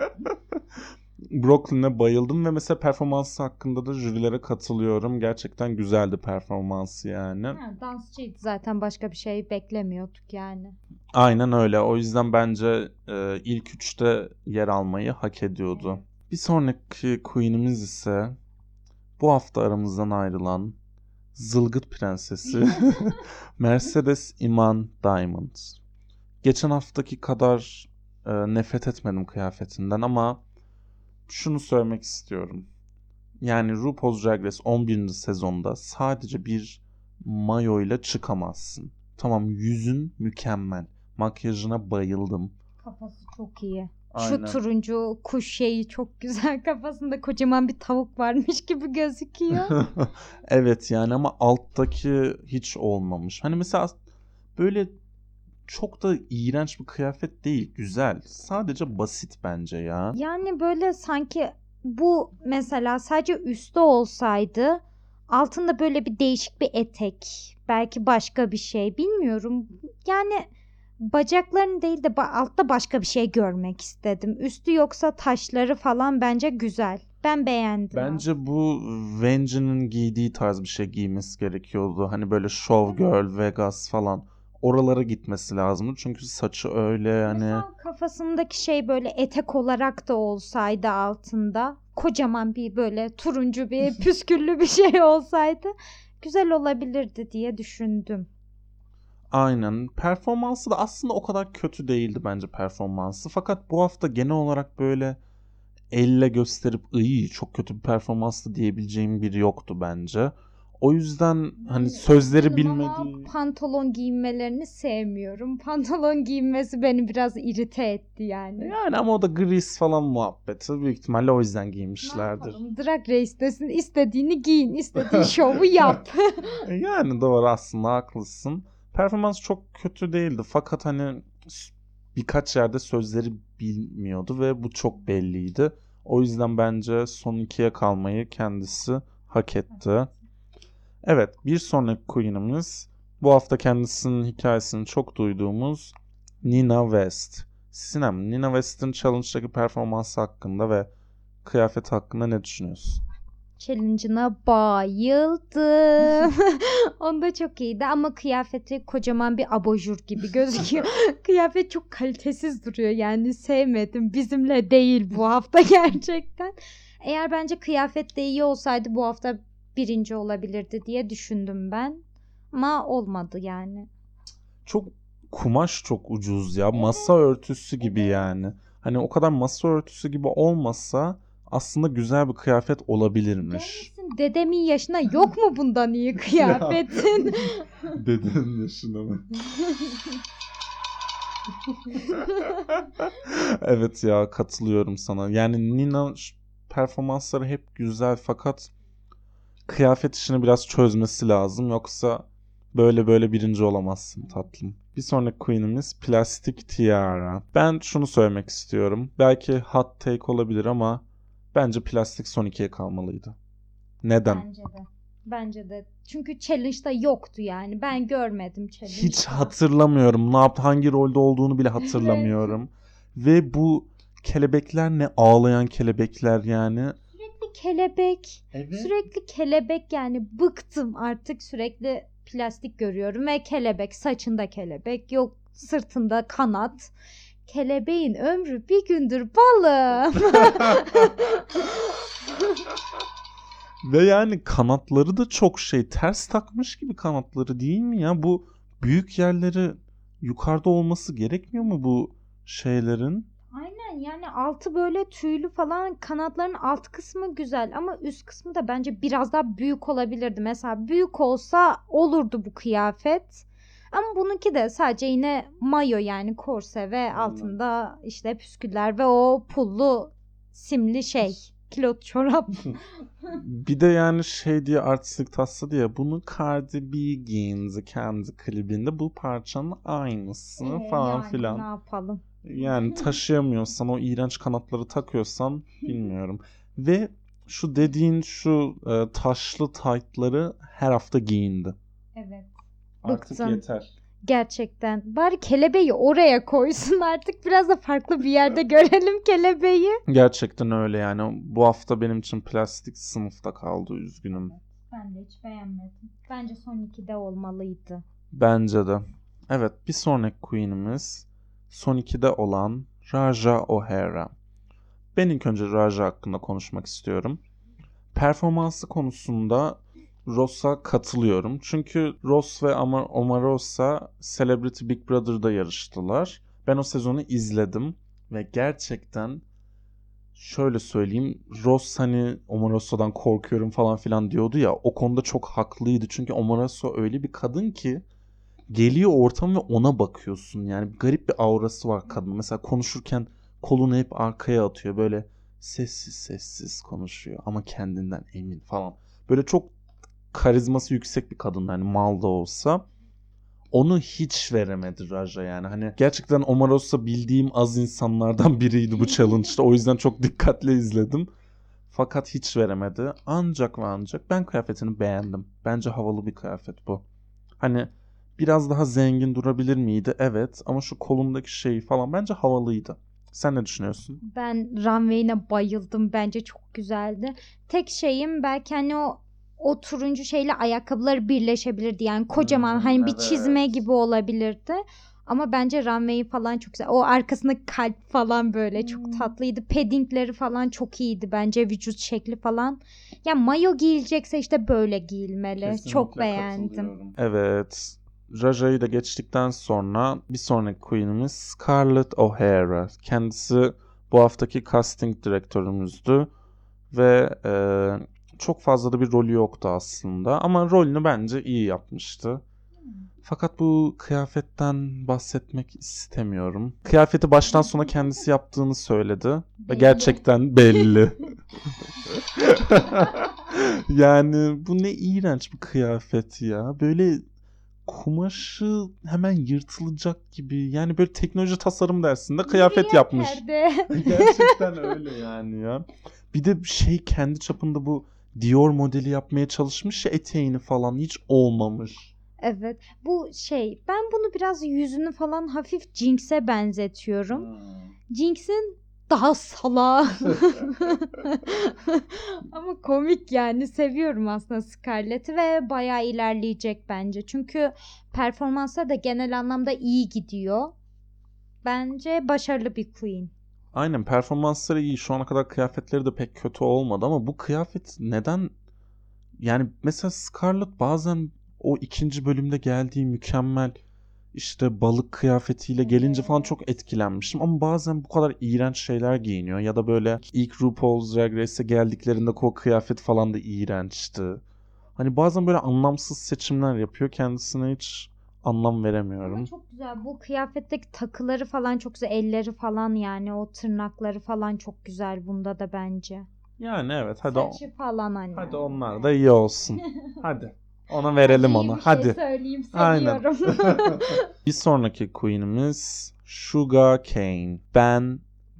Brooklyn'e bayıldım ve mesela performansı hakkında da jürilere katılıyorum. Gerçekten güzeldi performansı yani. Ha, dansçıydı zaten başka bir şey beklemiyorduk yani. Aynen öyle. O yüzden bence e, ilk üçte yer almayı hak ediyordu. Bir sonraki queen'imiz ise bu hafta aramızdan ayrılan Zılgıt Prensesi Mercedes Iman Diamond. Geçen haftaki kadar e, nefret etmedim kıyafetinden ama şunu söylemek istiyorum. Yani RuPaul's Drag Race on birinci sezonda sadece bir mayo ile çıkamazsın. Tamam, yüzün mükemmel. Makyajına bayıldım. Kafası çok iyi. Aynen. Şu turuncu kuş şeyi çok güzel. Kafasında kocaman bir tavuk varmış gibi gözüküyor. Evet yani ama alttaki hiç olmamış. Hani mesela böyle çok da iğrenç bir kıyafet değil. Güzel. Sadece basit bence ya. Yani böyle sanki bu mesela sadece üstü olsaydı altında böyle bir değişik bir etek, belki başka bir şey bilmiyorum. Yani bacaklarını değil de ba- altta başka bir şey görmek istedim. Üstü yoksa taşları falan bence güzel. Ben beğendim. Bence bu Venge'nin giydiği tarz bir şey giymesi gerekiyordu. Hani böyle Show Girl, Vegas falan. Oralara gitmesi lazımdı. Çünkü saçı öyle hani... Mesela kafasındaki şey böyle etek olarak da olsaydı altında kocaman bir böyle turuncu bir püsküllü bir şey olsaydı güzel olabilirdi diye düşündüm. Aynen. Performansı da aslında o kadar kötü değildi bence performansı. Fakat bu hafta genel olarak böyle elle gösterip iyi çok kötü bir performanstı diyebileceğim biri yoktu bence. O yüzden hani sözleri Canım ama bilmediği... pantolon giyinmelerini sevmiyorum. Pantolon giyinmesi beni biraz irite etti yani. Yani ama o da gris falan muhabbeti. Büyük ihtimalle o yüzden Ne giymişlerdir. yapalım? Drag Race'desin. İstediğini giyin, istediğin şovu yap. Yani doğru, aslında haklısın. Performans çok kötü değildi fakat hani birkaç yerde sözleri bilmiyordu ve bu çok belliydi. O yüzden bence son ikiye kalmayı kendisi hak etti. Evet, bir sonraki queen'imiz bu hafta kendisinin hikayesini çok duyduğumuz Nina West. Sinem, Nina West'in Challenge'daki performansı hakkında ve kıyafet hakkında ne düşünüyorsun? Challenge'ına bayıldım. Onda çok iyiydi ama kıyafeti kocaman bir abajur gibi gözüküyor. Kıyafet çok kalitesiz duruyor yani sevmedim. Bizimle değil bu hafta gerçekten. Eğer bence kıyafet de iyi olsaydı bu hafta birinci olabilirdi diye düşündüm ben. Ama olmadı yani. Çok kumaş çok ucuz ya. Masa örtüsü gibi yani. Hani o kadar masa örtüsü gibi olmasa aslında güzel bir kıyafet olabilirmiş. Demişsin, dedemin yaşına yok mu bundan iyi kıyafetin? Dedenin yaşına mı? Evet ya, katılıyorum sana. Yani Nina ş- performansları hep güzel fakat kıyafet işini biraz çözmesi lazım. Yoksa böyle böyle birinci olamazsın tatlım. Bir sonraki queen'imiz Plastik Tiara. Ben şunu söylemek istiyorum. Belki hot take olabilir ama bence plastik son ikiye kalmalıydı. Neden? Bence de. Bence de. Çünkü challenge'da yoktu yani. Ben görmedim challenge'da. Hiç hatırlamıyorum. Ne yaptı, hangi rolde olduğunu bile hatırlamıyorum. Ve bu kelebekler ne, ağlayan kelebekler yani. Sürekli kelebek. Evet. Sürekli kelebek yani. Bıktım artık sürekli plastik görüyorum ve kelebek. Saçında kelebek. Yok sırtında kanat. Kelebeğin ömrü bir gündür balım. Ve yani kanatları da çok şey, ters takmış gibi kanatları, değil mi ya? Bu büyük yerleri yukarıda olması gerekmiyor mu bu şeylerin? Aynen Aynen, yani altı böyle tüylü falan, kanatların alt kısmı güzel ama üst kısmı da bence biraz daha büyük olabilirdi. Mesela büyük olsa olurdu bu kıyafet. Ama bununki de sadece yine mayo, yani korse ve Aynen. altında işte püsküller ve o pullu simli şey, kilot çorap. Bir de yani şey diye artistlik tasladı ya, bunu Cardi B giyindi kendi klibinde, bu parçanın aynısı Ee, falan yani filan. ne yapalım? Yani taşıyamıyorsan, o iğrenç kanatları takıyorsan bilmiyorum. Ve şu dediğin şu e, taşlı taytları her hafta giyindi. Evet. Artık Bıktım. yeter. Gerçekten. Bari kelebeği oraya koysun artık. Biraz da farklı bir yerde görelim kelebeği. Gerçekten öyle yani. Bu hafta benim için plastik sınıfta kaldı, üzgünüm. Ben de hiç beğenmedim. Bence son ikide olmalıydı. Bence de. Evet, bir sonraki queen'imiz son ikide olan Raja O'Hara. Ben ilk önce Raja hakkında konuşmak istiyorum. Performansı konusunda Ross'a katılıyorum. Çünkü Ross ve Ama- Omarosa Celebrity Big Brother'da yarıştılar. Ben o sezonu izledim ve gerçekten şöyle söyleyeyim, Ross hani Omarosa'dan korkuyorum falan filan diyordu ya, o konuda çok haklıydı. Çünkü Omarosa öyle bir kadın ki geliyor ortam ve ona bakıyorsun. Yani garip bir aurası var kadın. Mesela konuşurken kolunu hep arkaya atıyor. Böyle sessiz sessiz konuşuyor ama kendinden emin falan. Böyle çok karizması yüksek bir kadın, yani mal da olsa. Onu hiç veremedi Raja yani. Hani gerçekten Omarosa bildiğim az insanlardan biriydi bu challenge'da. O yüzden çok dikkatle izledim. Fakat hiç veremedi. Ancak ve ancak ben kıyafetini beğendim. Bence havalı bir kıyafet bu. Hani biraz daha zengin durabilir miydi? Evet. Ama şu kolundaki şey falan bence havalıydı. Sen ne düşünüyorsun? Ben runway'ine bayıldım. Bence çok güzeldi. Tek şeyim belki hani o o turuncu şeyle ayakkabıları birleşebilirdi. Yani kocaman, Hmm, hani bir evet. çizme gibi olabilirdi. Ama bence runway'i falan çok güzel. O arkasındaki kalp falan böyle çok tatlıydı. Paddingleri falan çok iyiydi bence, vücut şekli falan. Ya mayo giyilecekse işte böyle giyilmeli. Çok beğendim. Evet. Raja'yı da geçtikten sonra bir sonraki queen'imiz Scarlett O'Hara. Kendisi bu haftaki casting direktörümüzdü ve e, çok fazla da bir rolü yoktu aslında, ama rolünü bence iyi yapmıştı. Fakat bu kıyafetten bahsetmek istemiyorum. Kıyafeti baştan sona kendisi yaptığını söyledi ve Belli. gerçekten belli. Yani bu ne iğrenç bir kıyafet ya. Böyle kumaşı hemen yırtılacak gibi. Yani böyle teknoloji tasarım dersinde kıyafet Yürüyen yapmış. perde. Gerçekten öyle yani ya. Bir de şey, kendi çapında bu Dior modeli yapmaya çalışmış ya, eteğini falan hiç olmamış. Evet. Bu şey, ben bunu biraz yüzünü falan hafif Jinx'e benzetiyorum. Jinx'in daha salağı. Ama komik, yani seviyorum aslında Scarlett'i ve bayağı ilerleyecek bence. Çünkü performansları da genel anlamda iyi gidiyor. Bence başarılı bir queen. Aynen, performansları iyi. Şu ana kadar kıyafetleri de pek kötü olmadı ama bu kıyafet neden, yani mesela Scarlett bazen o ikinci bölümde geldiği mükemmel işte balık kıyafetiyle gelince falan çok etkilenmiştim, ama bazen bu kadar iğrenç şeyler giyiniyor ya da böyle ilk RuPaul's Drag Race'e geldiklerinde o kıyafet falan da iğrençti. Hani bazen böyle anlamsız seçimler yapıyor, kendisine hiç anlam Ama veremiyorum. çok güzel. Bu kıyafetteki takıları falan çok güzel. Elleri falan, yani o tırnakları falan çok güzel bunda da bence. Yani evet, hadi o- Saçı falan hani. hadi onlar da iyi olsun. Hadi ona Hadi verelim iyi onu. bir şey Hadi. söyleyeyim, Aynen. seviyorum. Bir sonraki queen'imiz Sugar Cane. Ben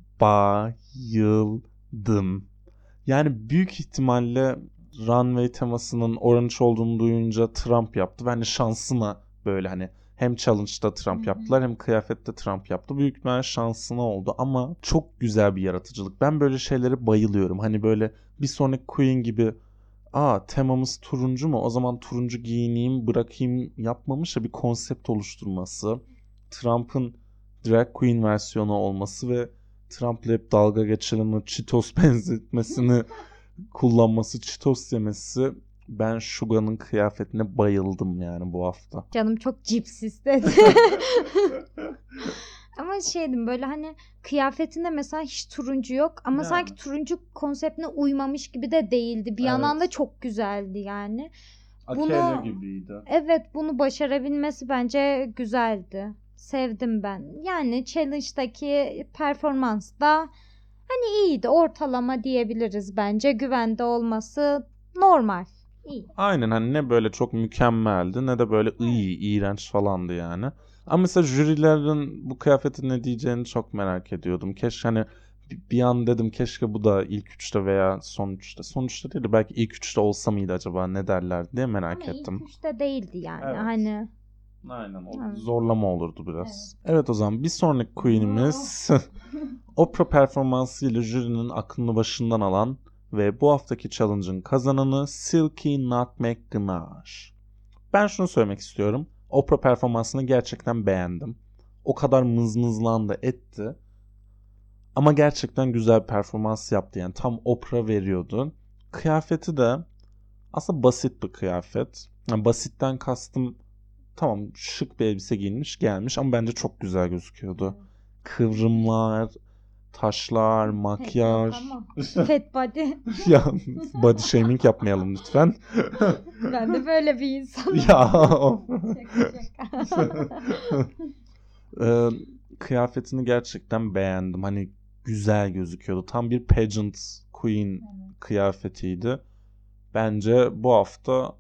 bayıldım. Yani büyük ihtimalle runway temasının orange olduğunu duyunca Trump yaptı. Bence şansına böyle, hani hem challenge'da Trump Hı hı. yaptılar hem kıyafette Trump yaptı. Büyük ihtimalle şansına oldu ama çok güzel bir yaratıcılık. Ben böyle şeylere bayılıyorum. Hani böyle bir sonraki queen gibi, aa temamız turuncu mu, o zaman turuncu giyineyim bırakayım yapmamış ya, bir konsept oluşturması. Trump'ın drag queen versiyonu olması ve Trump'la hep dalga geçilimi, Cheetos benzetmesini kullanması, Cheetos yemesi. Ben Suga'nın kıyafetine bayıldım yani bu hafta. Canım çok cips istedi. Ama şeydim böyle hani kıyafetinde mesela hiç turuncu yok ama Yani. sanki turuncu konseptine uymamış gibi de değildi. Bir yandan da Evet. çok güzeldi yani. Aquello Bunu gibiydi. evet bunu başarabilmesi bence güzeldi. Sevdim ben. Yani challenge'daki performans da hani iyiydi. Ortalama diyebiliriz bence. Güvende olması normal. İyi. Aynen, hani ne böyle çok mükemmeldi ne de böyle iyi, iğrenç falandı yani. Ama mesela jürilerin bu kıyafetin ne diyeceğini çok merak ediyordum. Keşke hani bir bir an dedim keşke bu da ilk üçte veya son üçte. Son üçte değil de belki ilk üçte olsa mıydı acaba, ne derler diye merak Ama ilk ettim. üçte değildi yani. Evet. Hani Aynen, o evet. zorlama olurdu biraz. Evet, o zaman bir sonraki queen'imiz opera performansıyla jürinin aklını başından alan ve bu haftaki challenge'ın kazananı Silky Nutmeg Ganache. Ben şunu söylemek istiyorum. Opera performansını gerçekten beğendim. O kadar mızmızlandı etti. Ama gerçekten güzel bir performans yaptı. Yani tam opera veriyordu. Kıyafeti de aslında basit bir kıyafet. Yani basitten kastım, tamam şık bir elbise giyinmiş gelmiş ama bence çok güzel gözüküyordu. Kıvrımlar, taşlar, Pek yok makyaj. ama. Fat body. Ya body shaming yapmayalım lütfen. Ben de böyle bir insanım. Ya Şaka şaka. Ee, kıyafetini gerçekten beğendim. Hani güzel gözüküyordu. Tam bir pageant queen kıyafetiydi. Bence bu hafta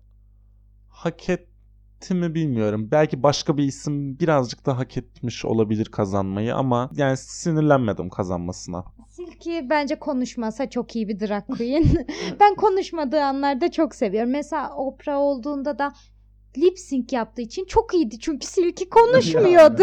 hak etti mi bilmiyorum. Belki başka bir isim birazcık da hak etmiş olabilir kazanmayı ama yani sinirlenmedim kazanmasına. Silky bence konuşmasa çok iyi bir drag queen. Ben konuşmadığı anlarda çok seviyorum. Mesela Oprah olduğunda da lip sync yaptığı için çok iyiydi. Çünkü Silky konuşmuyordu.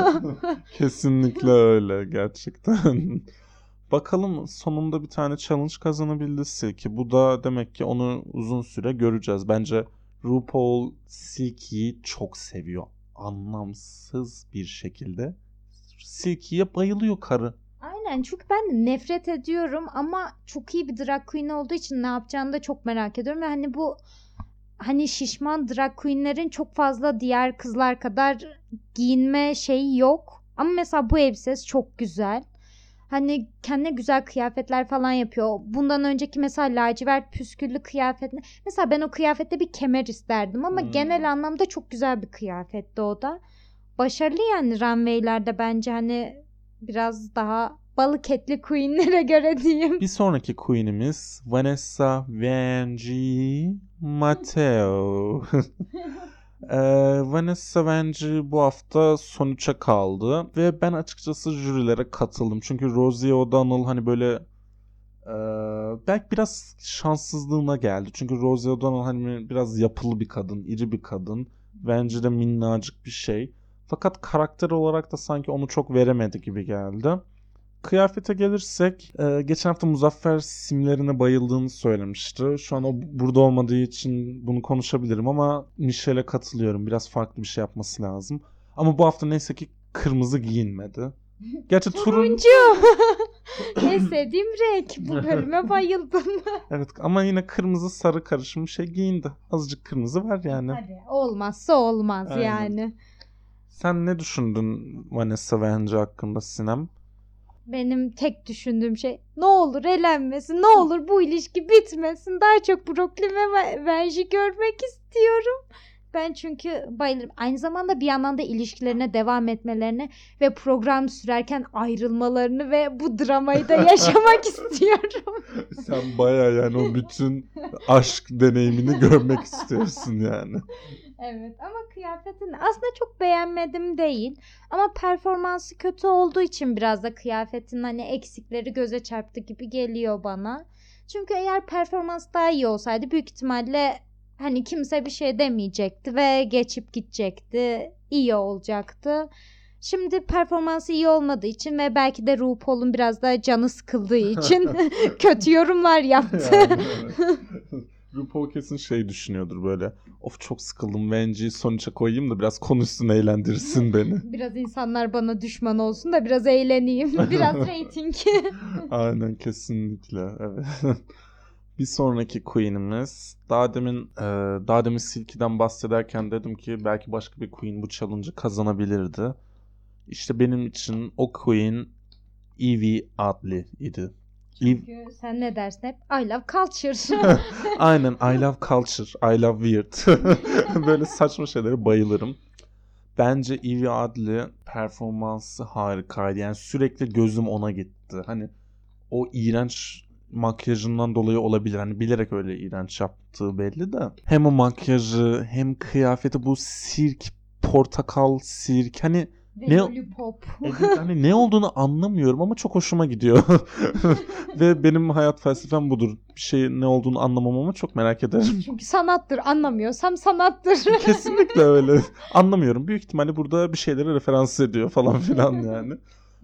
Kesinlikle öyle gerçekten. Bakalım sonunda bir tane challenge kazanabildi Silky. Bu da demek ki onu uzun süre göreceğiz. Bence RuPaul Silky'yi çok seviyor. Anlamsız bir şekilde. Silky'ye bayılıyor karı. Aynen çünkü ben de nefret ediyorum ama çok iyi bir drag queen olduğu için ne yapacağını da çok merak ediyorum. Ve hani bu hani şişman drag queenlerin çok fazla diğer kızlar kadar giyinme şeyi yok. Ama mesela bu elbisesi çok güzel. Hani kendine güzel kıyafetler falan yapıyor. Bundan önceki mesela lacivert püsküllü kıyafetine. Mesela ben o kıyafette bir kemer isterdim ama Hmm. genel anlamda çok güzel bir kıyafetti o da. Başarılı yani runway'lerde bence hani biraz daha balık etli queenlere göre diyeyim. Bir sonraki queen'imiz Vanessa Vanjie Mateo. Ee, Vanessa Vanjie bu hafta son üçe kaldı ve ben açıkçası jürilere katıldım. Çünkü Rosie O'Donnell hani böyle e, belki biraz şanssızlığına geldi. Çünkü Rosie O'Donnell hani biraz yapılı bir kadın, iri bir kadın. Vanjie de minnacık bir şey. Fakat karakter olarak da sanki onu çok veremedi gibi geldi. Kıyafete gelirsek, e, geçen hafta Muzaffer simlerine bayıldığını söylemişti. Şu an o burada olmadığı için bunu konuşabilirim ama Michelle'e katılıyorum. Biraz farklı bir şey yapması lazım. Ama bu hafta neyse ki kırmızı giyinmedi. Gerçi turun... Turuncu. En sevdiğim renk. Bu bölüme bayıldım. Evet ama yine kırmızı sarı karışım bir şey giyindi. Azıcık kırmızı var yani. Hadi olmazsa olmaz Aynen. yani. Sen ne düşündün Vanessa Vanjie hakkında Sinem? Benim tek düşündüğüm şey ne olur elenmesin, ne olur bu ilişki bitmesin. Daha çok Brooklyn ve Vanjie görmek istiyorum. Ben çünkü bayılırım. Aynı zamanda bir yandan da ilişkilerine devam etmelerini ve program sürerken ayrılmalarını ve bu dramayı da yaşamak istiyorum. Sen baya yani o bütün aşk deneyimini görmek istiyorsun yani. Evet ama kıyafetini aslında çok beğenmedim değil. Ama performansı kötü olduğu için biraz da kıyafetin hani eksikleri göze çarptı gibi geliyor bana. Çünkü eğer performans daha iyi olsaydı büyük ihtimalle hani kimse bir şey demeyecekti ve geçip gidecekti. İyi olacaktı. Şimdi performansı iyi olmadığı için ve belki de RuPaul'un biraz daha canı sıkıldığı için kötü yorumlar yaptı. Yani, evet. RuPaul kesin şey düşünüyordur böyle. Of çok sıkıldım. Vanjie'yi sonuça koyayım da biraz konuşsun, eğlendirsin beni. Biraz insanlar bana düşman olsun da biraz eğleneyim. Biraz reyting. Aynen, kesinlikle. Evet. Bir sonraki queen'imiz. Daha demin e, daha demin Silky'den bahsederken dedim ki belki başka bir queen bu challenge'ı kazanabilirdi. İşte benim için o Queen Evie Oddly idi. Eve... Çünkü sen ne dersin hep? I love culture. Aynen, I love culture, I love weird. Böyle saçma şeylere bayılırım. Bence Evie Oddly performansı harikaydı. Yani sürekli gözüm ona gitti. Hani o iğrenç makyajından dolayı olabilir. Hani bilerek öyle iğrenç yaptığı belli de. Hem o makyajı hem kıyafeti, bu sirk, portakal sirk. Hani Ve ne lollipop. evet, hani ne olduğunu anlamıyorum ama çok hoşuma gidiyor. Ve benim hayat felsefem budur. Bir şeyin ne olduğunu anlamam ama çok merak ederim. Çünkü sanattır. Anlamıyorsam sanattır. Kesinlikle öyle. Anlamıyorum. Büyük ihtimalle burada bir şeylere referans ediyor falan filan yani.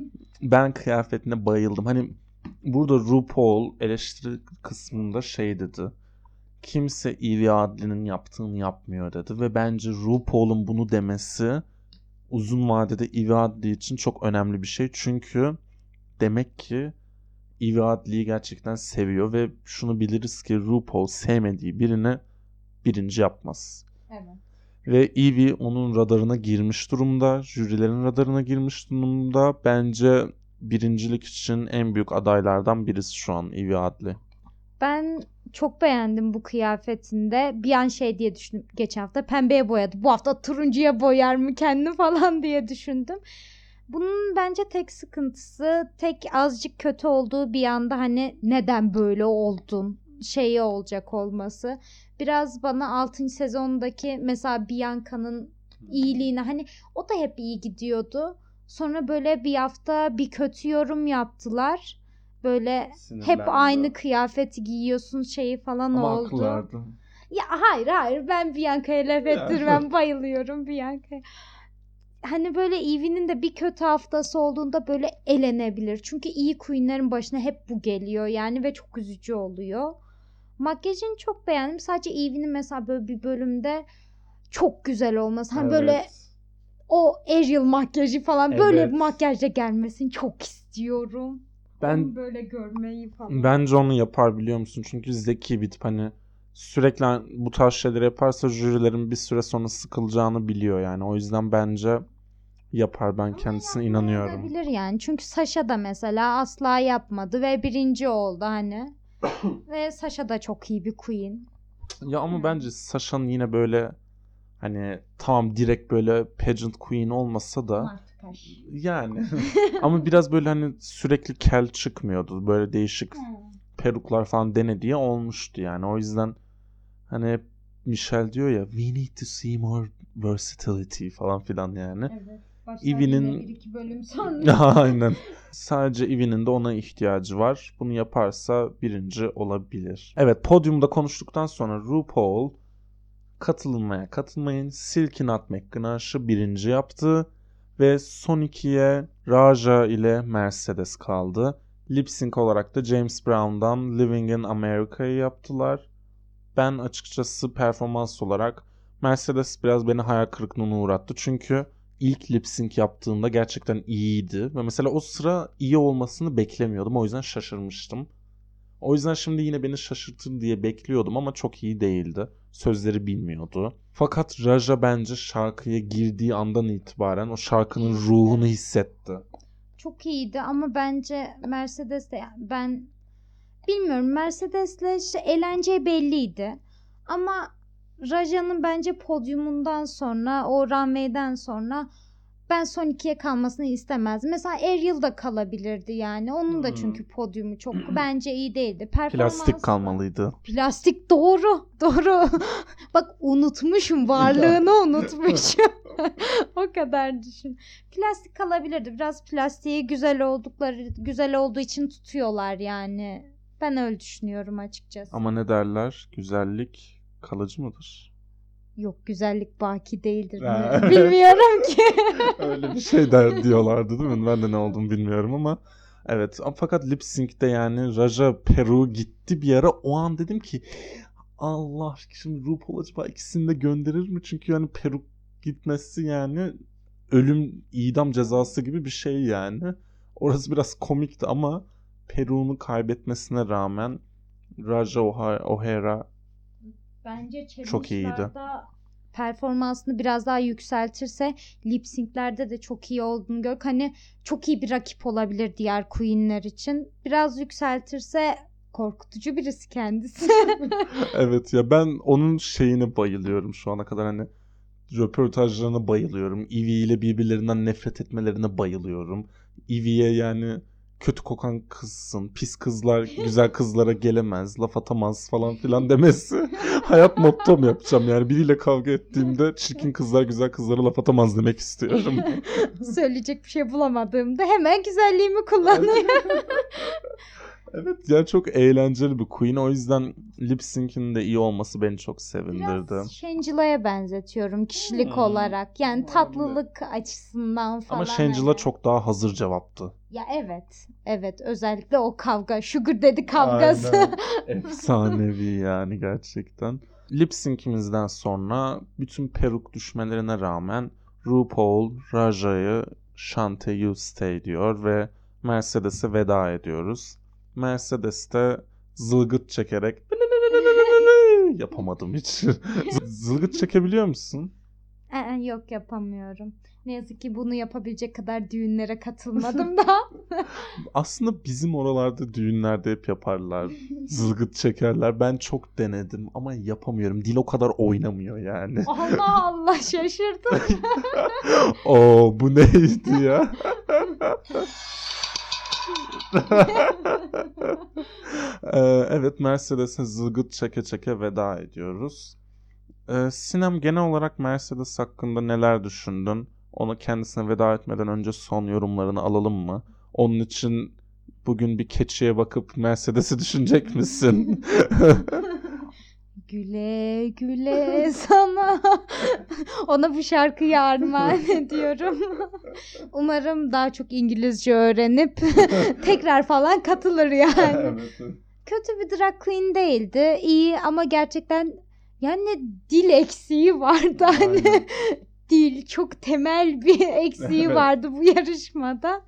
Ben kıyafetine bayıldım. Hani burada RuPaul eleştiri kısmında şey dedi. Kimse Evie Oddly'nin yaptığını yapmıyor dedi. Ve bence RuPaul'un bunu demesi uzun vadede Evie Oddly için çok önemli bir şey. Çünkü demek ki Evie Oddly'yi gerçekten seviyor ve şunu biliriz ki RuPaul sevmediği birini birinci yapmaz. Evet. Ve Evie onun radarına girmiş durumda. Jürilerin radarına girmiş durumda. Bence birincilik için en büyük adaylardan birisi şu an Evie Oddly. Ben çok beğendim bu kıyafetinde. Bir an şey diye düşündüm. Geçen hafta pembeye boyadı. Bu hafta turuncuya boyar mı kendini falan diye düşündüm. Bunun bence tek sıkıntısı, tek azıcık kötü olduğu bir anda hani neden böyle oldun şeyi olacak olması. Biraz bana altıncı sezondaki mesela Bianca'nın iyiliğine, hani o da hep iyi gidiyordu. Sonra böyle bir hafta bir kötü yorum yaptılar. Böyle hep aynı kıyafeti giyiyorsun şeyi falan Ama oldu. haklılardı. Ya hayır hayır, ben Bianca'ya laf ettirmem, bayılıyorum Bianca'ya. Hani böyle Evie'nin de bir kötü haftası olduğunda böyle elenebilir. Çünkü iyi queenlerin başına hep bu geliyor yani ve çok üzücü oluyor. Makyajını çok beğendim. Sadece Evie'nin mesela böyle bir bölümde çok güzel olması. Hani böyle Evet. o Ariel makyajı falan böyle Evet. bir makyajla gelmesini çok istiyorum. Ben Onu böyle görmeyi falan. bence onu yapar, biliyor musun? Çünkü zeki bir tip, hani sürekli bu tarz şeyleri yaparsa jürilerin bir süre sonra sıkılacağını biliyor yani. O yüzden bence yapar. Ben kendisine inanıyorum. Olabilir yani. Çünkü Sasha da mesela asla yapmadı ve birinci oldu hani. Ve Sasha da çok iyi bir queen. Ya ama Hmm. bence Sasha'nın yine böyle hani tamam direkt böyle pageant queen olmasa da yani ama biraz böyle hani sürekli kel çıkmıyordu. Böyle değişik peruklar falan denediği olmuştu yani. O yüzden hani hep Michelle diyor ya, we need to see more versatility falan filan yani. Evet. Evie'nin bir iki bölüm sonra. aynen. Sadece Evie'nin de ona ihtiyacı var. Bunu yaparsa birinci olabilir. Evet, podyumda konuştuktan sonra RuPaul katılmaya katılmayın, Silky Nutmeg Ganache'ı birinci yaptı ve son ikiye Raja ile Mercedes kaldı. Lip sync olarak da James Brown'dan Living in America'yı yaptılar. Ben açıkçası performans olarak Mercedes biraz beni hayal kırıklığına uğrattı. Çünkü ilk lip sync yaptığında gerçekten iyiydi. Ve mesela o sıra iyi olmasını beklemiyordum. O yüzden şaşırmıştım. O yüzden şimdi yine beni şaşırtır diye bekliyordum ama çok iyi değildi. Sözleri bilmiyordu. Fakat Raja bence şarkıya girdiği andan itibaren o şarkının ruhunu hissetti. Çok iyiydi ama bence Mercedes de, yani ben bilmiyorum, Mercedes'le işte eğlence belliydi. Ama Raja'nın bence podyumundan sonra, o runway'den sonra ben son ikiye kalmasını istemezdim. Mesela Ariel da kalabilirdi yani. Onun da Hmm. çünkü podyumu çok bence iyi değildi. Performansı Plastik kalmalıydı. Plastik, doğru. Doğru. Bak unutmuşum. Varlığını unutmuşum. O kadar düşün. Plastik kalabilirdi. Biraz plastiği güzel oldukları güzel olduğu için tutuyorlar yani. Ben öyle düşünüyorum açıkçası. Ama ne derler? Güzellik kalıcı mıdır? Yok, güzellik baki değildir. Ha, evet. Bilmiyorum ki. Öyle bir şey der diyorlardı değil mi? Ben de ne olduğunu bilmiyorum ama evet. Fakat lip sync'te yani Raja Peru gitti bir ara. O an dedim ki Allah, şimdi RuPaul acaba ikisini de gönderir mi? Çünkü yani Peru gitmesi yani ölüm, idam cezası gibi bir şey yani. Orası biraz komikti ama Peru'nu kaybetmesine rağmen Raja O'Hara Bence çok iyiydi. challenge'larda performansını biraz daha yükseltirse lip sync'lerde de çok iyi olduğunu gördük. Hani çok iyi bir rakip olabilir diğer queenler için. Biraz yükseltirse korkutucu birisi kendisi. Evet ya, ben onun şeyine bayılıyorum şu ana kadar, hani röportajlarına bayılıyorum. Ivy ile birbirlerinden nefret etmelerine bayılıyorum. Ivy'ye yani kötü kokan kızsın, pis kızlar güzel kızlara gelemez, laf atamaz falan filan demesi. Hayat mottom yapacağım yani, biriyle kavga ettiğimde çirkin kızlar güzel kızlara laf atamaz demek istiyorum. Söyleyecek bir şey bulamadığımda hemen güzelliğimi kullanıyorum. Evet ya, çok eğlenceli bir queen, o yüzden lip sync'in de iyi olması beni çok sevindirdi. Biraz Shangila'ya benzetiyorum kişilik Hmm. olarak. Yani Olabilir. tatlılık açısından falan. Ama Shangela hani. çok daha hazır cevaptı. Ya evet. Evet, özellikle o kavga. Sugar Daddy kavgası. Aynen. Efsanevi yani gerçekten. Lip sync'imizden sonra bütün peruk düşmelerine rağmen RuPaul Raja'yı Shante You Stay diyor ve Mercedes'e veda ediyoruz. Mercedes de zılgıt çekerek yapamadım hiç. Zılgıt çekebiliyor musun? Ee, yok yapamıyorum. Ne yazık ki bunu yapabilecek kadar düğünlere katılmadım da. Aslında bizim oralarda düğünlerde hep yaparlar. Zılgıt çekerler. Ben çok denedim ama yapamıyorum. Dil o kadar oynamıyor yani. Allah Allah, şaşırdım. Oo, bu neydi ya? Ee, evet, Mercedes'e zılgıt çeke çeke veda ediyoruz. Ee, Sinem, genel olarak Mercedes hakkında neler düşündün? Onu kendisine veda etmeden önce son yorumlarını alalım mı? Onun için bugün bir keçiye bakıp Mercedes'i düşünecek misin? Güle güle sana. Ona bu şarkıyı armağan ediyorum. Umarım daha çok İngilizce öğrenip tekrar falan katılır yani. Kötü bir drag queen değildi. İyi ama gerçekten yani dil eksiği vardı. Hani Aynen. dil çok temel bir eksiği Evet. vardı bu yarışmada.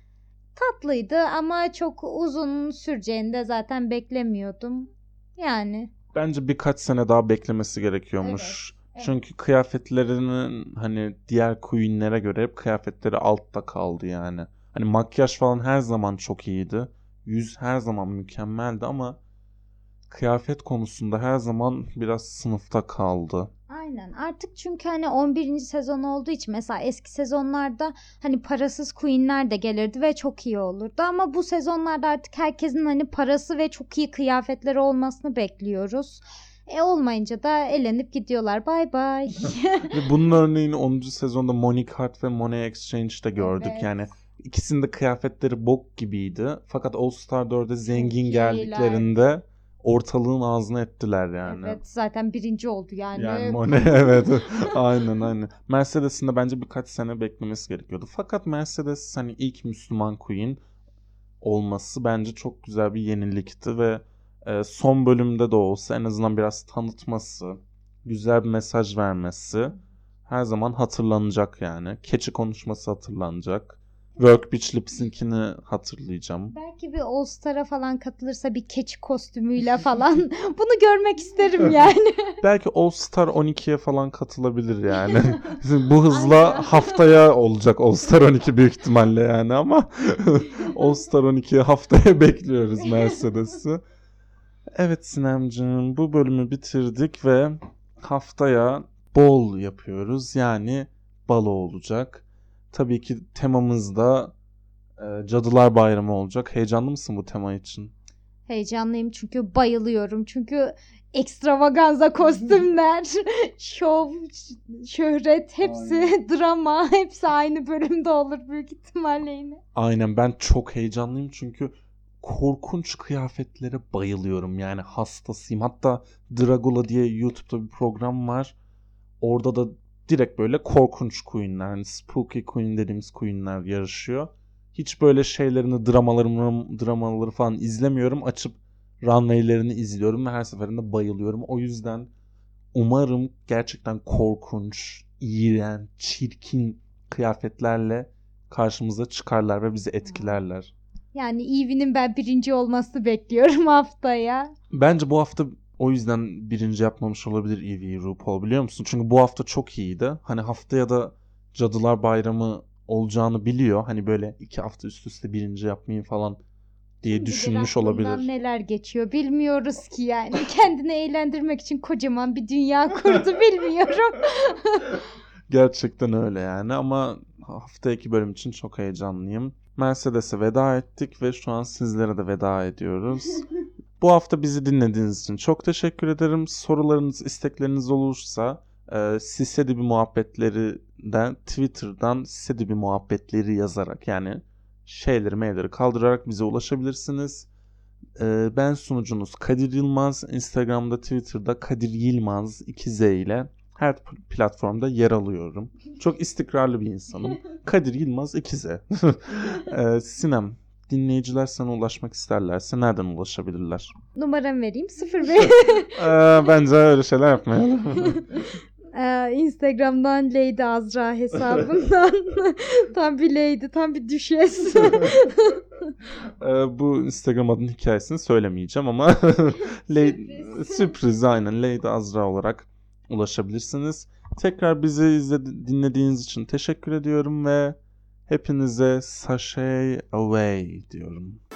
Tatlıydı ama çok uzun süreceğini de zaten beklemiyordum. Yani. Bence birkaç sene daha beklemesi gerekiyormuş. Evet. Çünkü kıyafetlerinin hani diğer queenlere göre hep kıyafetleri altta kaldı yani. Hani makyaj falan her zaman çok iyiydi. Yüz her zaman mükemmeldi ama kıyafet konusunda her zaman biraz sınıfta kaldı. Aynen. Artık çünkü hani on birinci sezon olduğu için mesela eski sezonlarda hani parasız queenler de gelirdi ve çok iyi olurdu. Ama bu sezonlarda artık herkesin hani parası ve çok iyi kıyafetleri olmasını bekliyoruz. E olmayınca da elenip gidiyorlar. Bay bay. Ve bunun örneğini onuncu sezonda Monique Hart ve Monét X Change'de gördük. Evet. Yani ikisinin de kıyafetleri bok gibiydi. Fakat All Star dörde zengin Çok geldiklerinde ortalığın ağzına ettiler yani. Evet, zaten birinci oldu yani. Yani Monet evet. Aynen aynen. Mercedes'in de bence birkaç sene beklemesi gerekiyordu. Fakat Mercedes hani ilk Müslüman Queen olması bence çok güzel bir yenilikti ve e, son bölümde de olsa en azından biraz tanıtması, güzel bir mesaj vermesi her zaman hatırlanacak yani. Keçi konuşması hatırlanacak. Work Beach Lip Sync'ini hatırlayacağım. Belki bir All Star'a falan katılırsa bir keçi kostümüyle falan bunu görmek isterim yani. Belki All Star on ikiye falan katılabilir yani. Bu hızla Aynen. haftaya olacak All Star on iki büyük ihtimalle yani ama All Star on ikiye haftaya bekliyoruz Mercedes'i. Evet Sinemciğim, bu bölümü bitirdik ve haftaya ball yapıyoruz, yani balo olacak. Tabii ki temamız da e, Cadılar Bayramı olacak. Heyecanlı mısın bu tema için? Heyecanlıyım çünkü bayılıyorum. Çünkü ekstravaganza kostümler, şov, ş- şöhret hepsi drama, hepsi aynı bölümde olur büyük ihtimalle yine. Aynen, ben çok heyecanlıyım çünkü korkunç kıyafetlere bayılıyorum. Yani hastasıyım. Hatta Dragula diye YouTube'da bir program var. Orada da direkt böyle korkunç queenler, hani spooky queen dediğimiz queenler yarışıyor. Hiç böyle şeylerini, dramalarını, dramaları falan izlemiyorum. Açıp runway'lerini izliyorum ve her seferinde bayılıyorum. O yüzden umarım gerçekten korkunç, iğrenç, çirkin kıyafetlerle karşımıza çıkarlar ve bizi etkilerler. Yani Eevee'nin ben birinci olmasını bekliyorum haftaya. Bence bu hafta O yüzden birinci yapmamış olabilir Evie RuPaul, biliyor musun? Çünkü bu hafta çok iyiydi. Hani haftaya da Cadılar Bayramı olacağını biliyor. Hani böyle iki hafta üst üste birinci yapmayayım falan diye Kim bilir düşünmüş aklından olabilir. neler geçiyor bilmiyoruz ki yani. Kendini eğlendirmek için kocaman bir dünya kurdu bilmiyorum. Gerçekten öyle yani, ama haftaki bölüm için çok heyecanlıyım. Mercedes'e veda ettik ve şu an sizlere de veda ediyoruz. Bu hafta bizi dinlediğiniz için çok teşekkür ederim. Sorularınız, istekleriniz olursa e, Sisedibi muhabbetlerinden Twitter'dan Sisedibi muhabbetleri yazarak, yani şeyleri meyleri kaldırarak bize ulaşabilirsiniz. E, ben sunucunuz Kadir Yılmaz. Instagram'da, Twitter'da Kadir Yılmaz iki Z ile her platformda yer alıyorum. Çok istikrarlı bir insanım. Kadir Yılmaz iki Z. e, Sinem, dinleyiciler sana ulaşmak isterlerse nereden ulaşabilirler? Numaramı vereyim sıfır beş. Ee, bence öyle şeyler yapmayalım. Ee, Instagram'dan Lady Azra hesabından tam bir lady, tam bir düşes. Ee, bu Instagram adının hikayesini söylemeyeceğim ama Lady, sürpriz, aynen Lady Azra olarak ulaşabilirsiniz. Tekrar bizi izledi, dinlediğiniz için teşekkür ediyorum ve hepinize sashay away diyorum.